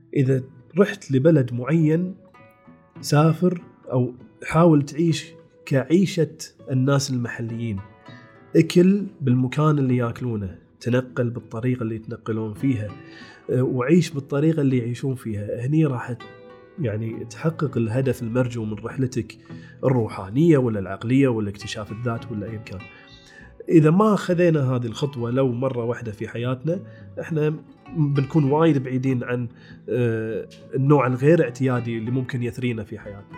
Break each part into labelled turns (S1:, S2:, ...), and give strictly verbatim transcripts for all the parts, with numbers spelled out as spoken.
S1: إذا رحت لبلد معين سافر أو حاول تعيش كعيشة الناس المحليين، اكل بالمكان اللي ياكلونه، تنقل بالطريقة اللي يتنقلون فيها، وعيش بالطريقة اللي يعيشون فيها. هني راح يعني تحقق الهدف المرجو من رحلتك الروحانية ولا العقلية ولا اكتشاف الذات ولا أي كان. إذا ما خذينا هذه الخطوة لو مرة واحدة في حياتنا، إحنا بنكون وايد بعيدين عن النوع الغير اعتيادي اللي ممكن يثرينا في حياتنا.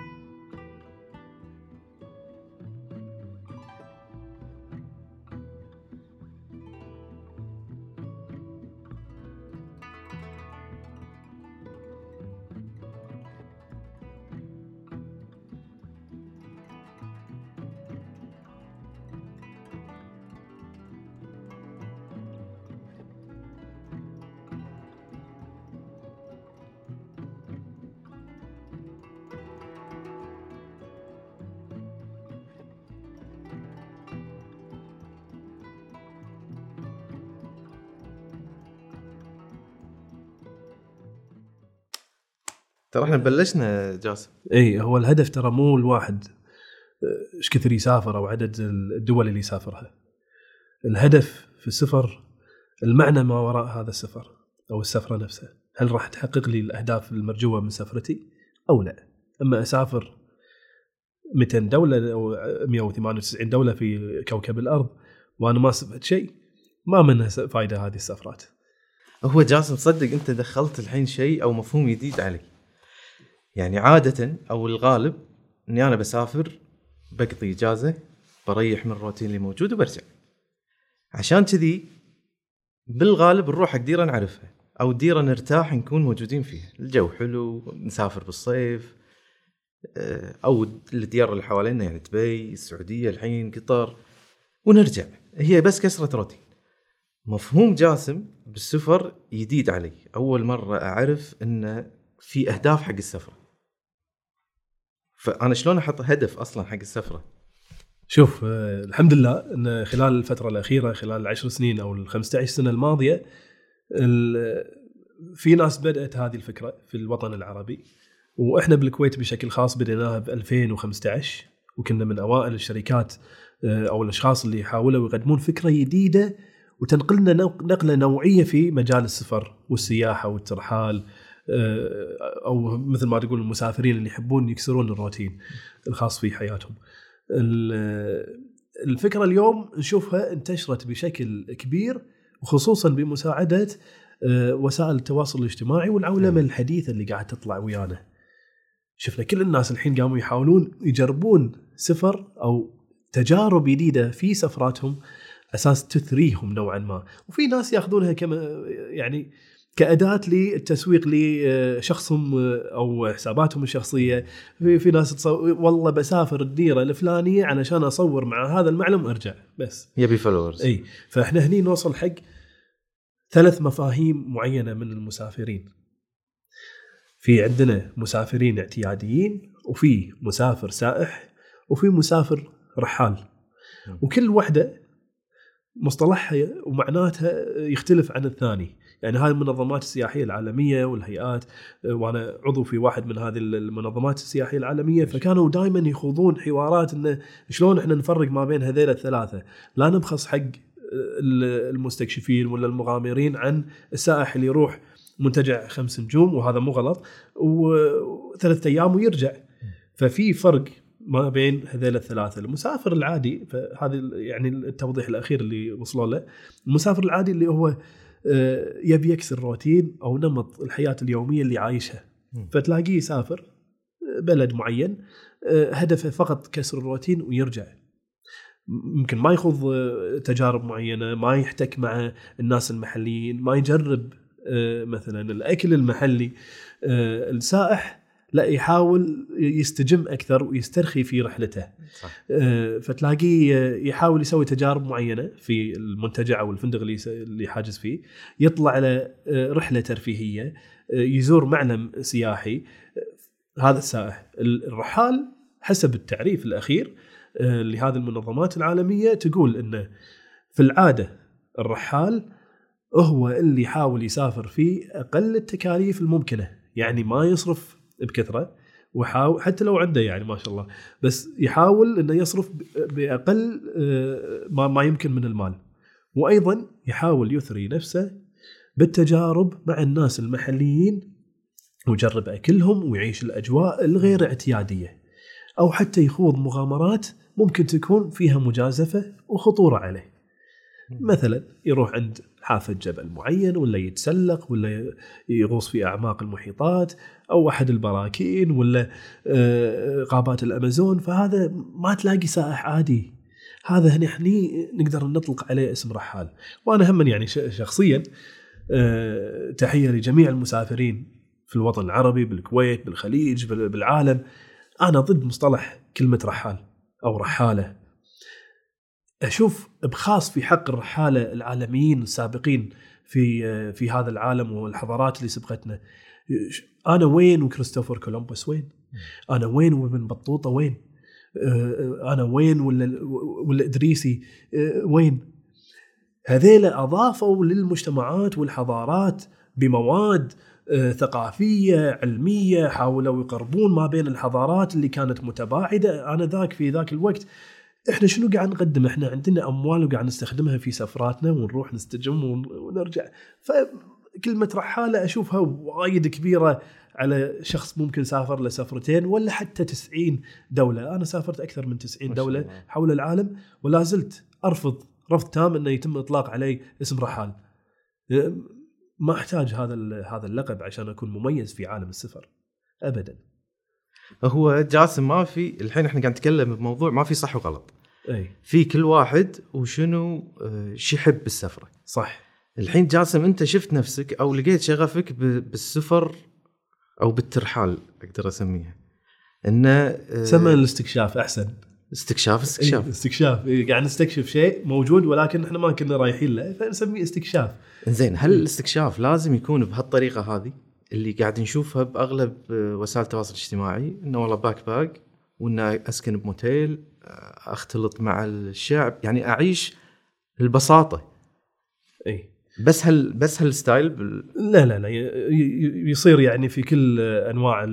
S2: ترى احنا بلشنا جاسم.
S1: اي هو الهدف ترى مو الواحد ايش كثر يسافر او عدد الدول اللي يسافرها. الهدف في السفر المعنى ما وراء هذا السفر او السفره نفسها. هل راح تحقق لي الاهداف المرجوه من سفرتي او لا؟ اما اسافر مئتين دوله او مئة وثمانية وتسعين دوله في كوكب الارض وانا ما استفدت شيء، ما منها فائده هذه السفرات.
S2: هو جاسم صدق انت دخلت الحين شيء او مفهوم جديد علي. يعني عادة أو الغالب إني أنا بسافر بقضي إجازة بريح من الروتين اللي موجود وبرجع. عشان كذي بالغالب نروح ديرة نعرفها أو ديرة نرتاح نكون موجودين فيها، الجو حلو، نسافر بالصيف، أو الديار اللي حوالينا يعني دبي، السعودية، الحين قطر، ونرجع. هي بس كسرة روتين. مفهوم جاسم بالسفر جديد علي، أول مرة أعرف إنه في أهداف حق السفرة. فأنا شلون أحط هدف أصلاً حق السفرة؟
S1: شوف آه الحمد لله أن خلال الفترة الأخيرة، خلال العشر سنين أو الخمسة عشر سنة الماضية، في ناس بدأت هذه الفكرة في الوطن العربي، وإحنا بالكويت بشكل خاص بديناها ب ألفين وخمسة عشر، وكنا من أوائل الشركات آه أو الأشخاص اللي يحاولوا يقدمون فكرة جديدة وتنقلنا نقلة نوعية في مجال السفر والسياحة والترحال، أو مثل ما تقول المسافرين اللي يحبون يكسرون الروتين الخاص في حياتهم. الفكرة اليوم نشوفها انتشرت بشكل كبير، وخصوصا بمساعدة وسائل التواصل الاجتماعي والعولمة الحديثة اللي قاعد تطلع ويانا. شفنا كل الناس الحين قاموا يحاولون يجربون سفر أو تجارب جديدة في سفراتهم أساس تثريهم نوعا ما، وفي ناس يأخذونها كما يعني كأداة للتسويق لشخصهم أو حساباتهم الشخصية. في, في ناس تصور والله بسافر الديرة الفلانية علشان أصور مع هذا المعلم وأرجع بس
S2: يبي فولورز.
S1: أي فإحنا هني نوصل حق ثلاث مفاهيم معينة من المسافرين. في عندنا مسافرين اعتياديين، وفي مسافر سائح، وفي مسافر رحال، وكل واحدة مصطلحها ومعناتها يختلف عن الثاني. يعني هاي المنظمات السياحية العالمية والهيئات، وأنا عضو في واحد من هذه المنظمات السياحية العالمية، فكانوا دائما يخوضون حوارات إنه شلون إحنا نفرق ما بين هذيل الثلاثة، لا نبخس حق المستكشفين ولا المغامرين عن السائح اللي يروح منتجع خمس نجوم وهذا مو غلط وثلاثة أيام ويرجع. ففي فرق ما بين هذيل الثلاثة. المسافر العادي، فهذا يعني التوضيح الأخير اللي وصلوا له، المسافر العادي اللي هو يبي يكسر روتين أو نمط الحياة اليومية اللي عايشها، فتلاقيه يسافر بلد معين هدفه فقط كسر الروتين ويرجع. ممكن ما يخوض تجارب معينة، ما يحتك مع الناس المحليين، ما يجرب مثلا الأكل المحلي. السائح لا يحاول يستجم أكثر ويسترخي في رحلته. صح. فتلاقيه يحاول يسوي تجارب معينة في المنتجع أو الفندق اللي اللي حاجز فيه، يطلع على رحلة ترفيهية، يزور معلم سياحي. هذا السائح. الرحال حسب التعريف الأخير لهذه المنظمات العالمية تقول إنه في العادة الرحال هو اللي يحاول يسافر في أقل التكاليف الممكنة. يعني ما يصرف بكثره، وحاول حتى لو عنده يعني ما شاء الله، بس يحاول انه يصرف باقل ما ما يمكن من المال. وايضا يحاول يثري نفسه بالتجارب مع الناس المحليين ويجرب اكلهم ويعيش الاجواء الغير اعتياديه، او حتى يخوض مغامرات ممكن تكون فيها مجازفه وخطوره عليه. مثلا يروح عند حافة جبل معين، ولا يتسلق، ولا يغوص في أعماق المحيطات، أو أحد البراكين، ولا غابات الأمازون. فهذا ما تلاقي سائح عادي، هذا نحن نقدر نطلق عليه اسم رحال. وأنا هم يعني شخصيا تحية لجميع المسافرين في الوطن العربي، بالكويت، بالخليج، بالعالم. أنا ضد مصطلح كلمة رحال أو رحالة. أشوف بخاص في حق الرحالة العالميين السابقين في في هذا العالم والحضارات اللي سبقتنا. أنا وين وكريستوفر كولومبوس وين؟ أنا وين وابن بطوطة وين؟ أنا وين ولا ولا إدريسي وين؟ هذيلا أضافوا للمجتمعات والحضارات بمواد ثقافية علمية، حاولوا يقربون ما بين الحضارات اللي كانت متباعدة آنذاك في ذاك الوقت. احنا شنو قاعد نقدم؟ احنا عندنا اموال وقاعد نستخدمها في سفراتنا ونروح نستجم ونرجع. فكلمه رحاله اشوفها وايد كبيره على شخص ممكن سافر لسفرتين ولا حتى تسعين دوله. انا سافرت اكثر من تسعين دوله حول العالم، ولا زلت ارفض رفض تام انه يتم اطلاق علي اسم رحال. ما احتاج هذا هذا اللقب عشان اكون مميز في عالم السفر ابدا.
S2: هو جاسم ما في الحين احنا قاعد نتكلم بموضوع ما في صح وغلط،
S1: اي
S2: في كل واحد وشنو شي يحب بالسفره.
S1: صح.
S2: الحين جاسم انت شفت نفسك او لقيت شغفك بالسفر او بالترحال اقدر اسميها انه
S1: سمى الاستكشاف احسن.
S2: استكشاف استكشاف
S1: إيه استكشاف إيه قاعد نستكشف شيء موجود ولكن احنا ما كنا رايحين له، فنسميه استكشاف.
S2: زين، هل الاستكشاف لازم يكون بهالطريقه هذه اللي قاعد نشوفها باغلب وسائل التواصل الاجتماعي، انه والله باك باك وان اسكن بموتيل، اختلط مع الشعب، يعني اعيش البساطه؟
S1: اي
S2: بس هل بس هالستايل بال...
S1: لا لا لا يصير يعني في كل انواع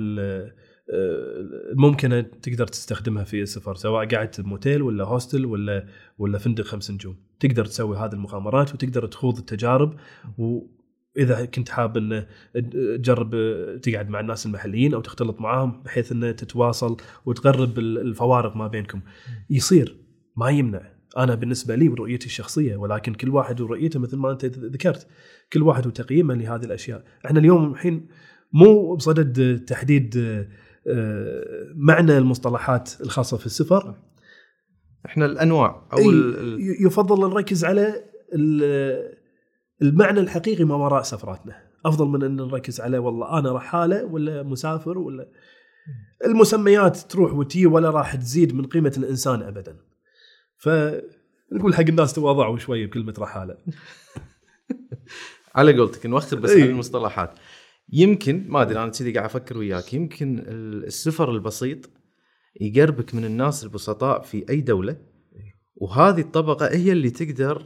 S1: الممكنه تقدر تستخدمها في السفر، سواء قعدت بموتيل ولا هوستل ولا ولا فندق خمس نجوم، تقدر تسوي هذه المغامرات وتقدر تخوض التجارب. و إذا كنت حاب أن تجرب تقعد مع الناس المحليين أو تختلط معهم بحيث أن تتواصل وتقرب الفوارق ما بينكم، يصير ما يمنع. أنا بالنسبة لي ورؤيتي الشخصية، ولكن كل واحد ورؤيته مثل ما أنت ذكرت، كل واحد وتقييمه لهذه الأشياء. إحنا اليوم الحين مو بصدد تحديد معنى المصطلحات الخاصة في السفر،
S2: إحنا الأنواع أو
S1: يفضل نركز على المعنى الحقيقي ما وراء سفراتنا، أفضل من أن نركز على والله أنا رحالة ولا مسافر، ولا المسميات تروح وتي ولا راح تزيد من قيمة الإنسان أبدا. فنقول حق الناس تواضعوا شوية بكلمة رحالة.
S2: على قولتك نوخر بس على المصطلحات. يمكن ما أدري، أنا كذي قاعد أفكر وياك، يمكن السفر البسيط يقربك من الناس البسطاء في أي دولة، وهذه الطبقة هي اللي تقدر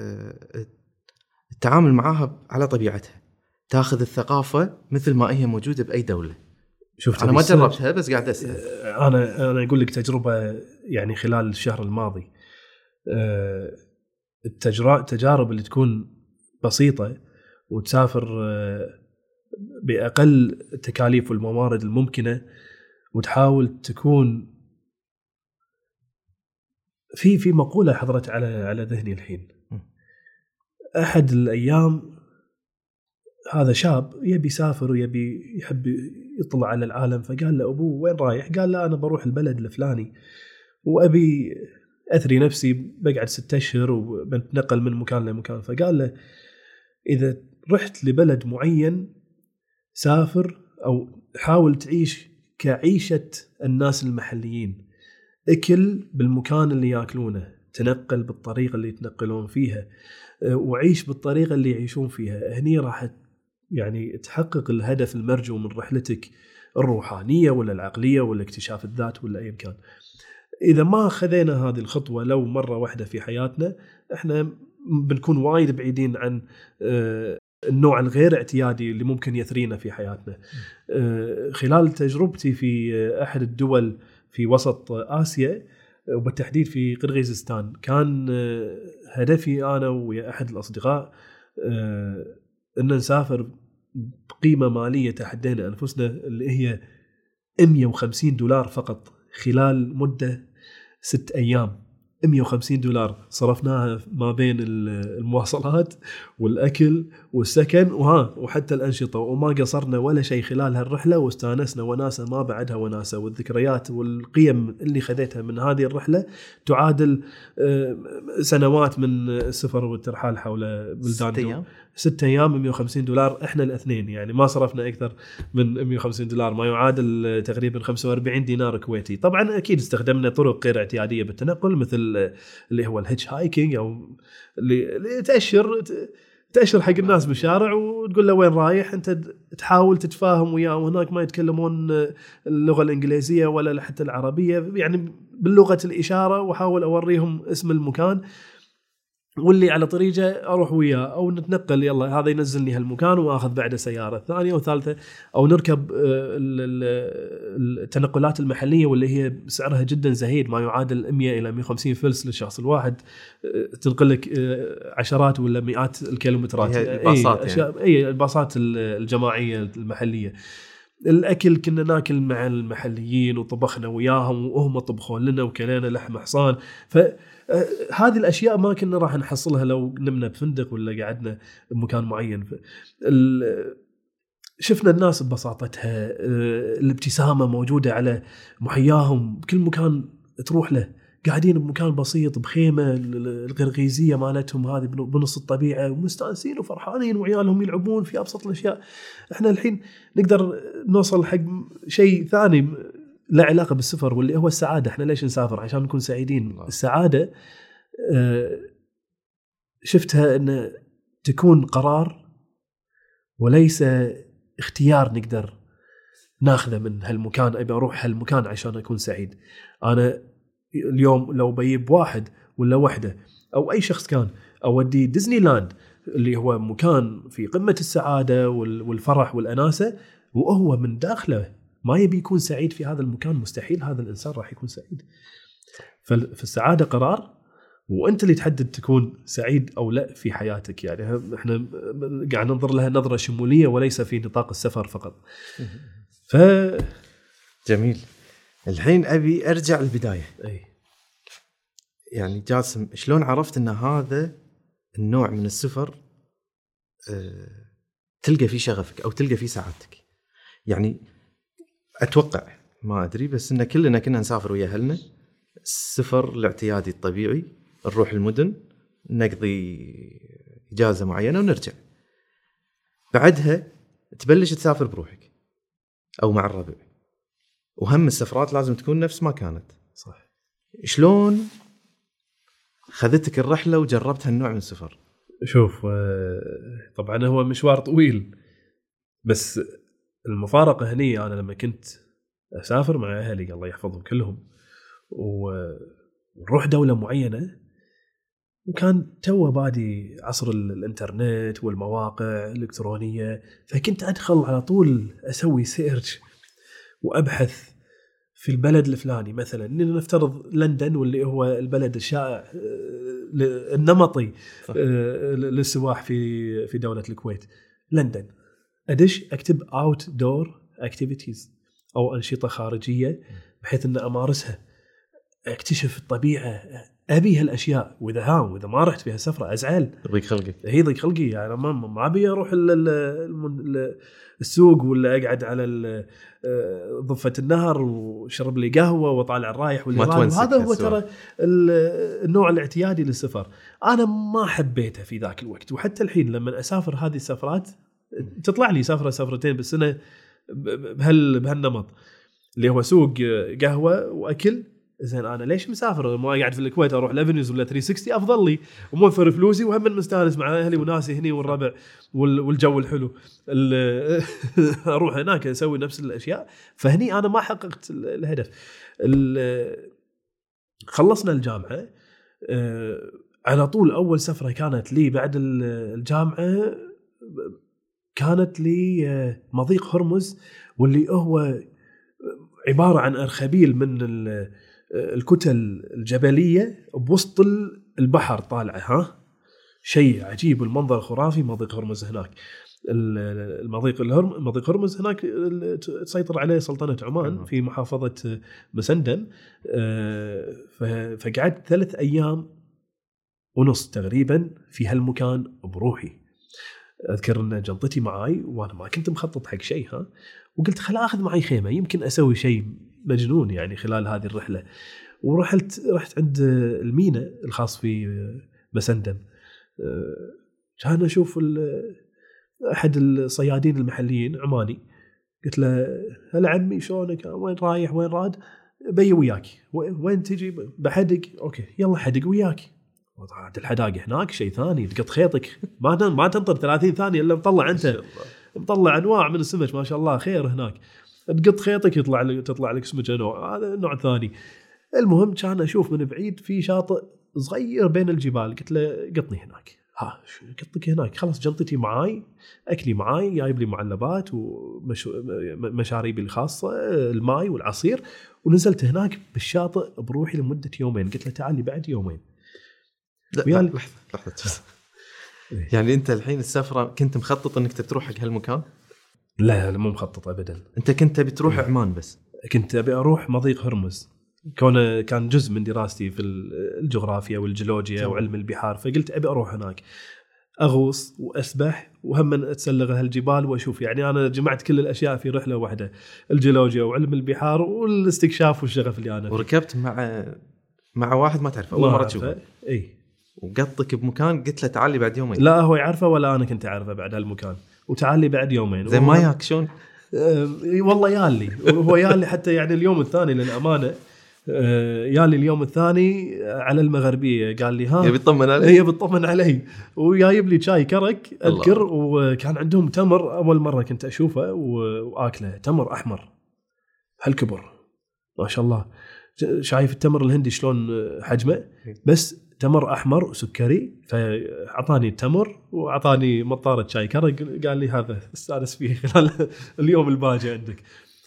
S2: التعامل معاها على طبيعتها، تاخذ الثقافة مثل ما هي موجودة بأي دولة.
S1: شفت
S2: أنا ما جربتها بس قاعد أسأل.
S1: أنا أنا أقول لك تجربة يعني خلال الشهر الماضي، التجارب اللي تكون بسيطة وتسافر بأقل التكاليف والموارد الممكنة، وتحاول تكون في في مقولة حضرت على على ذهني الحين. أحد الأيام هذا شاب يبي يسافر ويبي يحب يطلع على العالم، فقال له أبوه وين رايح؟ قال له أنا بروح البلد الفلاني وأبي أثري نفسي، بقعد ستة أشهر وبنتنقل من مكان لمكان. فقال له إذا رحت لبلد معين سافر أو حاول تعيش كعيشة الناس المحليين، اكل بالمكان اللي ياكلونه، تنقل بالطريقة اللي يتنقلون فيها، وعيش بالطريقة اللي يعيشون فيها. هني راح يعني تحقق الهدف المرجو من رحلتك الروحانية ولا العقلية ولا اكتشاف الذات ولا أي مكان. إذا ما خذينا هذه الخطوة لو مرة واحدة في حياتنا، احنا بنكون وايد بعيدين عن النوع الغير اعتيادي اللي ممكن يثرينا في حياتنا. خلال تجربتي في أحد الدول في وسط آسيا وبالتحديد في قرغيزستان، كان هدفي أنا ويا أحد الأصدقاء أن نسافر بقيمة مالية تحدينا أنفسنا اللي هي مئة وخمسين دولار فقط خلال مدة ست أيام. مئة وخمسين دولار صرفناها ما بين المواصلات والأكل والسكن وها وحتى الأنشطة، وما قصرنا ولا شيء خلال هالرحلة، واستانسنا وناسة ما بعدها وناسة. والذكريات والقيم اللي خذيتها من هذه الرحلة تعادل سنوات من السفر والترحال حول بلدان.
S2: ست أيام
S1: ست أيام مئة وخمسين دولار إحنا الاثنين، يعني ما صرفنا أكثر من مئة وخمسين دولار، ما يعادل تقريبا خمسة وأربعين دينار كويتي. طبعا أكيد استخدمنا طرق غير اعتيادية بالتنقل مثل اللي هو الهيتش هايكينج، أو اللي تأشر تأشر حق الناس بالشارع وتقول له وين رايح، أنت تحاول تتفاهم وياه، وهناك ما يتكلمون اللغة الإنجليزية ولا حتى العربية، يعني باللغة الإشارة، وحاول أوريهم اسم المكان واللي على طريقه اروح وياه، او نتنقل يلا هذا ينزلني هالمكان واخذ بعده سياره ثانيه وثالثه، او نركب التنقلات المحليه واللي هي سعرها جدا زهيد، ما يعادل مئة الى مئة وخمسين فلس للشخص الواحد، تنقلك عشرات ولا مئات الكيلومترات.
S2: الباصات يعني.
S1: اي الباصات الجماعيه المحليه. الأكل كنا ناكل مع المحليين وطبخنا وياهم وهم طبخون لنا وكلينا لحم حصان. فهذه الأشياء ما كنا راح نحصلها لو نمنا بفندق ولا قعدنا بمكان معين. شفنا الناس ببساطتها، الابتسامة موجودة على محياهم بكل مكان تروح له، قاعدين بمكان بسيط بخيمة القرغيزية مالتهم هذه بنص الطبيعة، ومستانسين وفرحانين وعيالهم يلعبون في أبسط الأشياء. إحنا الحين نقدر نوصل حق شيء ثاني لا علاقة بالسفر واللي هو السعادة. إحنا ليش نسافر؟ عشان نكون سعيدين. السعادة شفتها أن تكون قرار وليس اختيار نقدر ناخذه من هالمكان، أبي أروح هالمكان عشان أكون سعيد. أنا اليوم لو بيب واحد ولا وحدة أو أي شخص كان أودي ديزني لاند اللي هو مكان في قمة السعادة والفرح والأناسة، وهو من داخله ما يبي يكون سعيد في هذا المكان، مستحيل هذا الإنسان راح يكون سعيد. فالسعادة قرار، وأنت اللي تحدد تكون سعيد أو لا في حياتك. يعني إحنا قاعد ننظر لها نظرة شمولية وليس في نطاق السفر فقط. ف
S2: جميل. الحين أبي أرجع البداية.
S1: أي.
S2: يعني جاسم، شلون عرفت أن هذا النوع من السفر أه تلقى فيه شغفك أو تلقى فيه سعادتك؟ يعني أتوقع ما أدري، بس إن كلنا كنا نسافر ويا أهلنا، السفر الاعتيادي الطبيعي، نروح المدن نقضي إجازة معينة ونرجع. بعدها تبلش تسافر بروحك أو مع الربع، وهم السفرات لازم تكون نفس ما كانت.
S1: صح.
S2: شلون خذتك الرحلة وجربت هالنوع من السفر؟
S1: شوف، طبعا هو مشوار طويل، بس المفارقة هني أنا لما كنت أسافر مع أهلي الله يحفظهم كلهم ونروح دولة معينة، وكان تو بادي عصر الانترنت والمواقع الإلكترونية، فكنت أدخل على طول أسوي سيرش وأبحث في البلد الفلاني. مثلا نفترض لندن، واللي هو البلد الشائع النمطي للسواح في في دولة الكويت، لندن. أدش أكتب outdoor activities أو أنشطة خارجية بحيث أن أمارسها، اكتشف الطبيعة، أبي هالأشياء. وإذا ها وإذا ما رحت فيها سفرة أزعل،
S2: ضيق خلقي.
S1: هي ضيق خلقي، يعني ما ما أبي أروح السوق ولا أقعد على ضفة النهر وشرب لي قهوة وطالع الرايح واللي هذا هو ترى النوع الاعتيادي للسفر. أنا ما حبيته في ذاك الوقت، وحتى الحين لما أسافر هذه السفرات تطلع لي سفرة سفرتين بالسنة بهال بهالنمط اللي هو سوق قهوة وأكل. زين أنا ليش مسافر؟ ما قاعد في الكويت أروح لافنيوز ولا ثلاثمية وستين أفضل لي، وموفر فلوسي وهم مستانس مع أهلي وناسي هني والربع والجو الحلو. أروح هناك أسوي نفس الأشياء، فهني أنا ما حققت الهدف. خلصنا الجامعة على طول، أول سفرة كانت لي بعد الجامعة كانت لي مضيق هرمز، واللي هو عبارة عن أرخبيل من الكتل الجبلية بوسط البحر طالعة. ها شيء عجيب، المنظر خرافي. مضيق هرمز هناك، المضيق الهرم مضيق هرمز هناك تسيطر عليه سلطنة عمان في محافظة مسندن. فقعدت ثلاث أيام ونص تقريبا في هالمكان بروحي. أذكر أن جنطتي معاي وأنا ما كنت مخطط حق شيء، ها وقلت خل أخذ معي خيمة، يمكن أسوي شيء مجنون يعني خلال هذه الرحلة. ورحلت رحت عند الميناء الخاص في مسندن. كان أشوف أحد الصيادين المحليين عماني، قلت له هلا عمي شلونك، وين رايح وين راد، بي وياك، وين تجي بحدق، أوكي يلا حدق وياك. وطلعت الحداقة هناك شيء ثاني، تقط خيطك ما ما تنطر ثلاثين ثانية إلا مطلع أنت مطلع أنواع من السمك ما شاء الله خير هناك، تقط خيطك يطلع لك تطلع لك سمك نوع، هذا نوع ثاني. المهم كان أشوف من بعيد في شاطئ صغير بين الجبال، قلت له قطني هناك. ها قطك هناك، خلاص جنطتي معاي، أكلي معاي، جايب لي معلبات ومشاريبي الخاصة، الماء والعصير، ونزلت هناك بالشاطئ بروحي لمدة يومين. قلت له تعالي بعد يومين.
S2: لا لحظة لحظة يعني أنت الحين السفرة كنت مخطط أنك تروح حق هالمكان؟
S1: لا مو مخطط أبدا.
S2: أنت كنت بتروح عمان بس؟
S1: كنت أبي أروح مضيق هرمز، كونه كان جزء من دراستي في الجغرافيا والجيولوجيا وعلم البحار، فقلت أبي أروح هناك أغوص وأسبح وهم أتسلق هالجبال وأشوف. يعني أنا جمعت كل الأشياء في رحلة واحدة، الجيولوجيا وعلم البحار والاستكشاف والشغف اللي أنا فيه.
S2: وركبت مع مع واحد ما تعرفه أول مرة تشوفه؟
S1: إيه.
S2: وقطك بمكان قلت له تعالي بعد يومين؟
S1: لا هو يعرفه ولا أنا كنت أعرفه بعد هالمكان، وتعالي بعد يومين.
S2: زي ما ياك شون؟
S1: أه والله يالي، وهو يالي حتى يعني اليوم الثاني للأمانة، أه يالي اليوم الثاني على المغربية، قال لي ها
S2: يبي يطمن علي،
S1: يبي يطمن علي، وجايب لي شاي كرك أذكر، وكان عندهم تمر أول مرة كنت أشوفه وآكله، تمر أحمر هالكبر ما شاء الله. شايف التمر الهندي شلون حجمه، بس تمر أحمر سكري. فأعطاني التمر وأعطاني مطارة شاي كرك، قال لي هذا استانس فيه خلال اليوم الباجي عندك.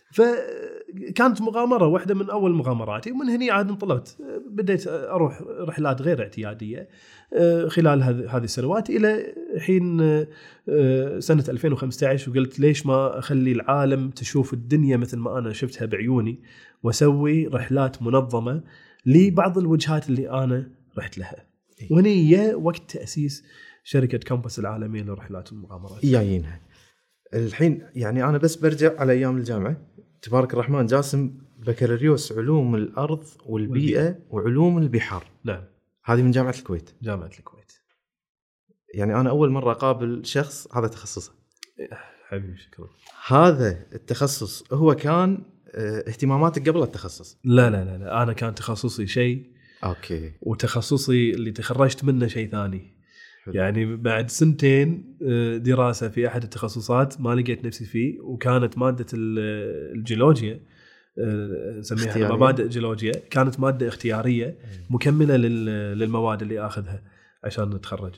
S1: فكانت مغامرة واحدة من أول مغامراتي، ومن هني عاد انطلقت بديت أروح رحلات غير اعتيادية خلال هذه السنوات إلى حين سنة ألفين وخمسة عشر. وقلت ليش ما أخلي العالم تشوف الدنيا مثل ما أنا شفتها بعيوني، وأسوي رحلات منظمة لبعض الوجهات اللي أنا رحت لها. وهني يا وقت تأسيس شركة كامبس العالمية لرحلات المغامرات.
S2: جايينها الحين. يعني أنا بس برجع على أيام الجامعة، تبارك الرحمن جاسم بكالوريوس علوم الأرض والبيئة والبيئة. وعلوم البحار.
S1: نعم.
S2: هذه من جامعة الكويت.
S1: جامعة الكويت.
S2: يعني أنا أول مرة أقابل شخص هذا تخصصه.
S1: حبيبي شكرا.
S2: هذا التخصص هو كان اهتماماتك قبل التخصص؟
S1: لا لا لا, لا. أنا كان تخصصي شيء،
S2: أوكي،
S1: وتخصصي اللي تخرجت منه شيء ثاني.
S2: حلو.
S1: يعني بعد سنتين دراسة في أحد التخصصات ما لقيت نفسي فيه، وكانت مادة الجيولوجيا نسميها مبادئ جيولوجيا، كانت مادة اختيارية مكملة للمواد اللي أخذها عشان نتخرج.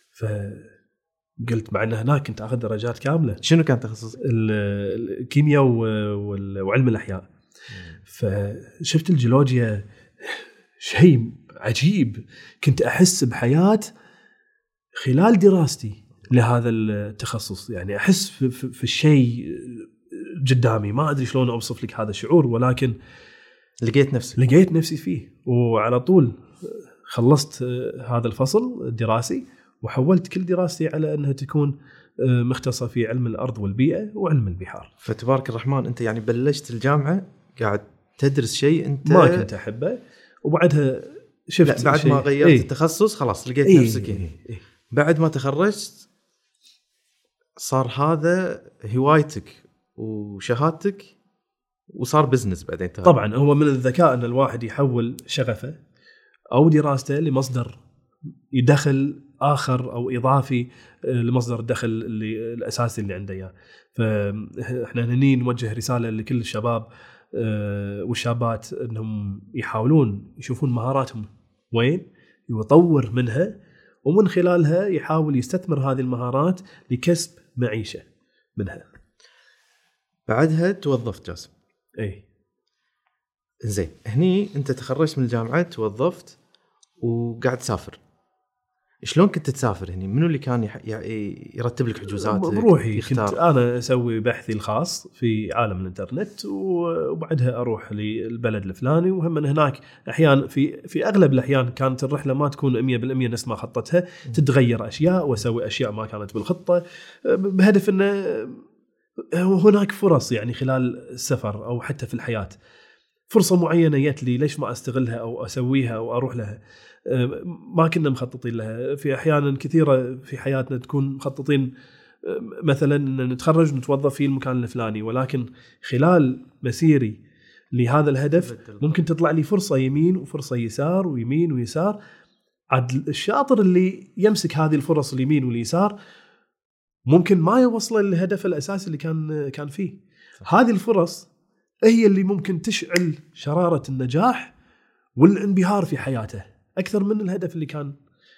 S1: فقلت مع أن هناك كنت أخذ درجات كاملة.
S2: شنو كان تخصص؟
S1: الكيمياء وعلم الأحياء. فشفت الجيولوجيا شيء عجيب، كنت أحس بحياة خلال دراستي لهذا التخصص. يعني أحس في, في, في الشيء قدامي، ما أدري شلون أوصف لك هذا الشعور، ولكن
S2: لقيت نفسي
S1: لقيت نفسي فيه. وعلى طول خلصت هذا الفصل الدراسي وحولت كل دراستي على أنها تكون مختصة في علم الأرض والبيئة وعلم البحار.
S2: فتبارك الرحمن أنت يعني بلشت الجامعة قاعد تدرس شيء أنت
S1: ما كنت أحبه، وبعدها شفت
S2: بعد
S1: شيء.
S2: ما غيرت ايه؟ التخصص خلاص لقيت
S1: ايه
S2: نفسك هنا.
S1: ايه ايه.
S2: بعد ما تخرجت صار هذا هوايتك وشهادتك وصار بزنس بعدين تغير.
S1: طبعا هو من الذكاء أن الواحد يحول شغفه أو دراسته لمصدر يدخل آخر أو إضافي لمصدر الدخل اللي الأساسي اللي عنده إياه. فإحنا هني نوجه رسالة لكل الشباب والشابات أنهم يحاولون يشوفون مهاراتهم وين، يطور منها ومن خلالها يحاول يستثمر هذه المهارات لكسب معيشة منها.
S2: بعدها توظفت جاسم.
S1: اي
S2: زين، هني انت تخرجت من الجامعه، توظفت وقاعد تسافر. شلون كنت تسافر هني؟ منو اللي كان يح... يرتب لك حجوزاتك؟
S1: بروحي كنت انا اسوي بحثي الخاص في عالم الانترنت، وبعدها اروح للبلد الفلاني، وهم من هناك احيانا في في اغلب الاحيان كانت الرحله ما تكون مية بالمية نفس ما خطتها، تتغير اشياء واسوي اشياء ما كانت بالخطه، بهدف ان هناك فرص يعني خلال السفر او حتى في الحياه فرصه معينه جت لي، ليش ما استغلها او اسويها او اروح لها؟ ما كنا مخططين لها. في احيانا كثيره في حياتنا تكون مخططين مثلا ان نتخرج ونتوظف في المكان الفلاني، ولكن خلال مسيري لهذا الهدف ممكن تطلع لي فرصه يمين وفرصه يسار ويمين ويسار. عاد الشاطر اللي يمسك هذه الفرص اليمين واليسار ممكن ما يوصل للهدف الاساسي اللي كان كان فيه. هذه الفرص هي اللي ممكن تشعل شرارة النجاح والانبهار في حياته أكثر من الهدف اللي كان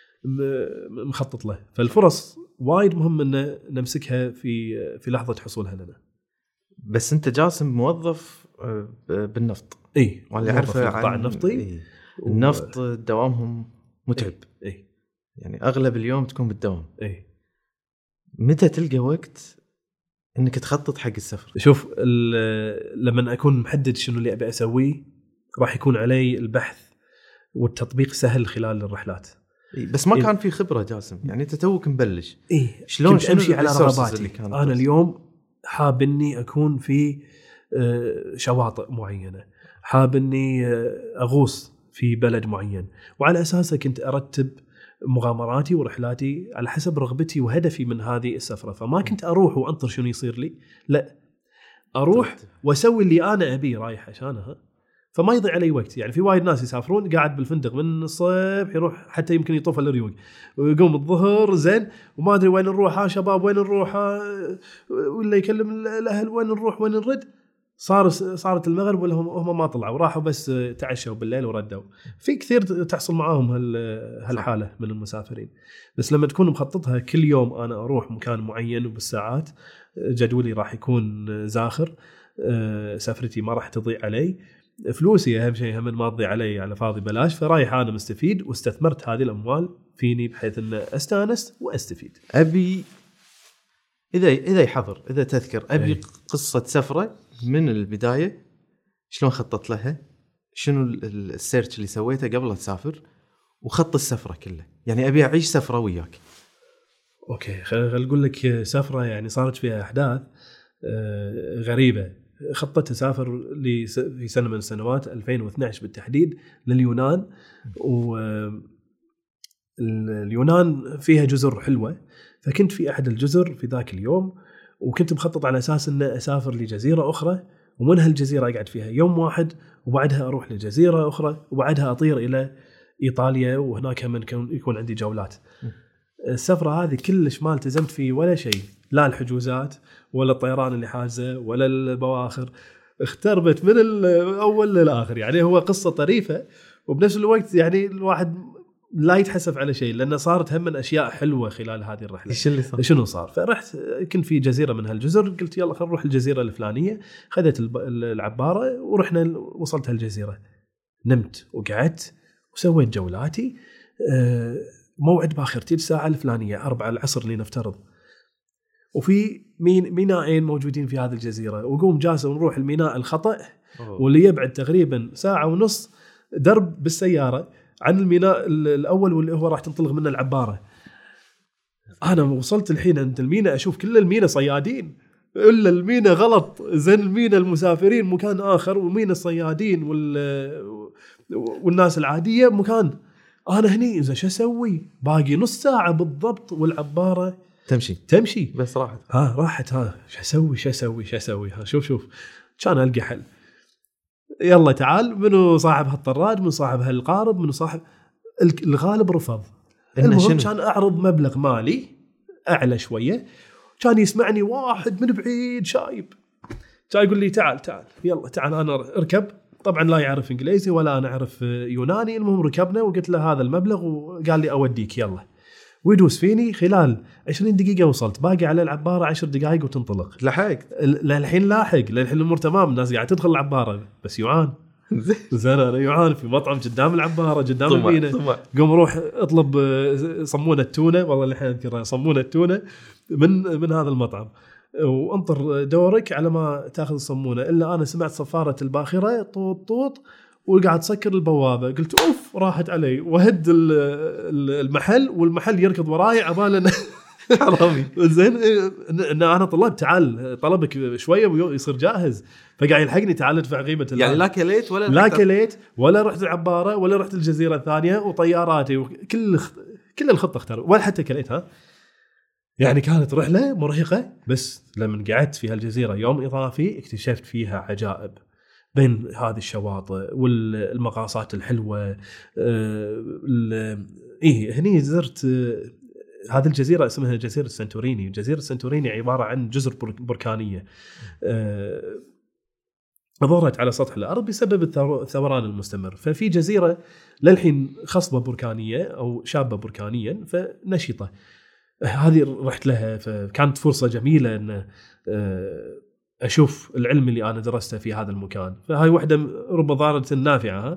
S1: مخطط له. فالفرص وايد مهم أن نمسكها في في لحظة حصولها لنا.
S2: بس أنت جاسم موظف بالنفط.
S1: إيه،
S2: واللي عارفه
S1: عن القطاع النفطي.
S2: إيه. النفط دوامهم متعب.
S1: إيه. إيه.
S2: يعني أغلب اليوم تكون بالدوام.
S1: إيه.
S2: متى تلقى وقت انك تخطط حق السفر؟
S1: شوف، لما اكون محدد شنو اللي ابي اسويه راح يكون علي البحث والتطبيق سهل خلال الرحلات.
S2: إيه بس ما إيه؟ كان في خبره جاسم، يعني انت توك مبلش.
S1: إيه؟
S2: شلون
S1: امشي على رغباتي؟ انا بس. اليوم حاب اني اكون في شواطئ معينه، حاب اني اغوص في بلد معين، وعلى اساسه كنت ارتب مغامراتي ورحلاتي على حسب رغبتي وهدفي من هذه السفرة. فما كنت أروح وأنطر شنو يصير لي، لا، أروح وأسوي اللي أنا أبيه رايح عشانها، فما يضيع علي وقت. يعني في وايد ناس يسافرون قاعد بالفندق من الصبح، يروح حتى يمكن يطوف الريوق ويقوم الظهر زين وما أدري وين نروح، ها شباب وين نروح، ولا يكلم الأهل وين نروح وين نرد. صار صارت المغرب ولا هم هم ما طلعوا، راحوا بس تعشوا بالليل وردوا. في كثير تحصل معاهم هالحاله من المسافرين. بس لما تكون مخططها كل يوم انا اروح مكان معين وبالساعات، جدولي راح يكون زاخر، سفرتي ما راح تضيع علي، فلوسي اهم شيء هم ما تضيع علي على فاضي بلاش، فرايح انا مستفيد واستثمرت هذه الاموال فيني بحيث ان استانس واستفيد.
S2: ابي اذا اذا يحضر اذا تذكر ابي أي. قصه سفره من البداية، شلون خطط لها، شنو السيرش اللي سويته قبل لا تسافر، وخط السفرة كله. يعني أبي أعيش سفرة وياك.
S1: أوكي، خل أقول لك سفرة يعني صارت فيها أحداث غريبة. خطت أسافر لي في سنة من السنوات ألفين واثناشر بالتحديد لليونان، واليونان فيها جزر حلوة، فكنت في أحد الجزر في ذاك اليوم، وكنت مخطط على أساس أن أسافر لجزيرة أخرى، ومن هالجزيرة أقعد فيها يوم واحد، وبعدها أروح لجزيرة أخرى، وبعدها أطير إلى إيطاليا، وهناك من يكون عندي جولات. السفرة هذه كلش ما التزمت فيه ولا شيء، لا الحجوزات ولا الطيران اللي حاجزه ولا البواخر، اختربت من الأول للآخر. يعني هو قصة طريفة، وبنفس الوقت يعني الواحد لا يتحسف على شيء، لأنه صارت هم من أشياء حلوة خلال هذه الرحلة.
S2: إيش اللي صار؟
S1: شنو صار؟ فرحت كنت في جزيرة من هالجزر، قلت يلا خلينا نروح الجزيرة الفلانية، خذت العبارة ورحنا، وصلت هالجزيرة، نمت وقعدت وسويت جولاتي. موعد باخر تيجي الساعة الفلانية أربعة العصر لنفترض، وفي مين ميناءين موجودين في هذه الجزيرة، وقوم جاسم نروح الميناء الخطأ واللي يبعد تقريبا ساعة ونص درب بالسيارة عن الميناء الأول واللي هو راح تنطلق منه العبارة. أنا وصلت الحين عند الميناء أشوف كل الميناء صيادين، إلا الميناء غلط، زين الميناء المسافرين مكان آخر، وميناء الصيادين وال... والناس العادية مكان. أنا هني إذا شو أسوي؟ باقي نص ساعة بالضبط والعبارة
S2: تمشي
S1: تمشي
S2: بس راحت.
S1: ها راحت ها شو أسوي شو أسوي شو أسوي ها شوف شوف كان ألقى حل. يلا تعال، منو صاحب هالطراد، من صاحب هالقارب، من صاحب الغالب رفض. المهم كان أعرض مبلغ مالي أعلى شوية، كان يسمعني واحد من بعيد شايب، كان يقول لي تعال تعال يلا تعال أنا اركب. طبعا لا يعرف إنجليزي ولا أنا أعرف يوناني. المهم ركبنا وقلت له هذا المبلغ، وقال لي أوديك يلا. ويدوس فيني. خلال عشرين دقيقة وصلت، باقي على العبارة عشر دقائق وتنطلق.
S2: لحقت
S1: للحين لاحق، للحين الأمور تمام، الناس قاعدة تدخل العبارة بس يعان. زين أنا يعان في مطعم قدام العبارة قدام المدينة. قوم روح اطلب صمونة التونة، والله الحين أذكرها صمونة التونة من من هذا المطعم، وانطر دورك على ما تاخذ الصمونة. إلا أنا سمعت صفارة الباخرة طوط طوط وقاعد تسكر البوابة، قلت أوف راحت علي، وهد المحل والمحل يركض وراي عبالنا حرامي. زين ان انا طلبت تعال طلبك شويه ويصير جاهز، فقاعد يلحقني تعال ادفع قيمه
S2: يعني لا كليت ولا
S1: لا كليت ولا رحت العباره ولا رحت الجزيره الثانيه وطياراتي وكل كل الخطه اختار ولا حتى كليت. ها يعني كانت رحله مرهقه، بس لما قعدت في هالجزيره يوم اضافي اكتشفت فيها عجائب بين هذه الشواطئ والمقاصات الحلوه. آه ايه هني زرت هذه الجزيرة اسمها جزيرة سانتوريني. جزيرة سانتوريني عبارة عن جزر بركانية ظهرت على سطح الأرض بسبب الثوران المستمر. ففي جزيرة للحين خصبة بركانية أو شابة بركانيا فنشطة. هذه رحت لها، فكانت فرصة جميلة أن أشوف العلم اللي أنا درسته في هذا المكان. فهاي واحدة رب ضارة نافعة.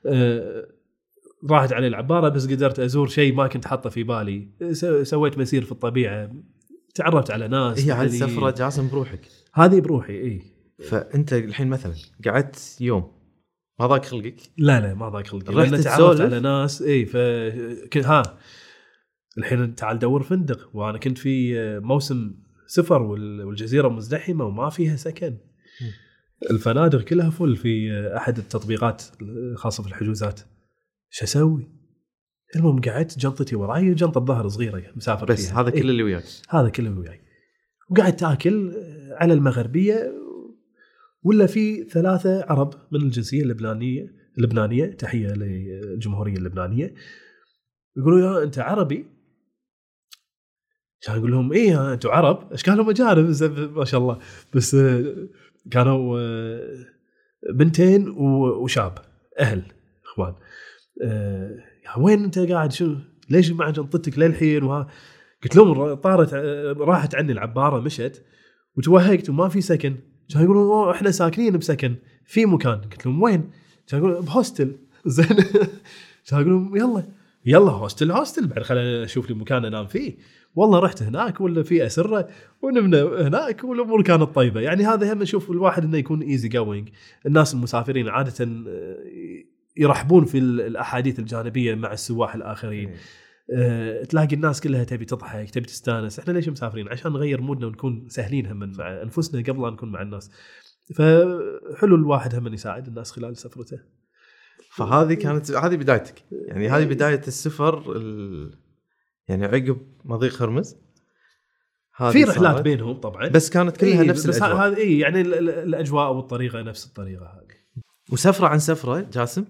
S1: راحت علي العبارة بس قدرت أزور شيء ما كنت حاطه في بالي. سويت مسير في الطبيعة، تعرفت على ناس.
S2: هي على السفرة جاسم بروحك؟
S1: هذه بروحي إيه.
S2: فأنت الحين مثلا قعدت يوم ما ضاق خلقك؟
S1: لا لا ما ضاق خلقي، رحت تعرفت على ناس إيه. فكنت ها الحين تعال دور فندق، وأنا كنت في موسم سفر والجزيرة مزدحمة وما فيها سكن. الفنادق كلها فل في أحد التطبيقات الخاصة في الحجوزات. شو اسوي؟ المهم قعدت جنطتي وراي، جنطه ظهر صغيره مسافر
S2: بس
S1: فيها.
S2: هذا كل اللي وياك؟
S1: هذا كله اللي وياي. وقاعد تاكل على المغربيه، ولا في ثلاثه عرب من الجنسيه اللبنانيه اللبنانيه تحيه للجمهوريه اللبنانيه، يقولوا يا انت عربي؟ كان اقول لهم ايه انتوا عرب؟ اشكالهم اجانب ما شاء الله، بس كانوا بنتين وشاب اهل اخوان. أه وين انت قاعد؟ شو ليش مع جنطتك للحين؟ وها قلت لهم طارت راحت عني العباره مشت وتوهقت وما في سكن. كانوا يقولون احنا ساكنين بسكن في مكان. قلت لهم وين؟ كانوا يقولون بهوستل. زين كانوا يقولون يلا يلا هوستل هوستل بعد خلينا اشوف لي مكان انام فيه. والله رحت هناك ولا في اسره ونمنا هناك والامور كانت طيبه. يعني هذا هم نشوف الواحد انه يكون ايزي جوينج. الناس المسافرين عاده يرحبون في الأحاديث الجانبية مع السواح الآخرين. أه، تلاقي الناس كلها تبي تضحك تبي تستانس. احنا ليش مسافرين؟ عشان نغير مودنا ونكون سهلين هم مع أنفسنا قبل أن نكون مع الناس. فحلو الواحد هم يساعد الناس خلال سفرته.
S2: فهذه كانت هذه بدايتك، يعني هذه بداية السفر ال... يعني عقب مضيق هرمز
S1: في رحلات بينهم طبعا،
S2: بس كانت كلها إيه نفس الأجواء.
S1: هذه إيه يعني الأجواء والطريقة نفس الطريقة هذه.
S2: وسفرة عن سفرة جاسم،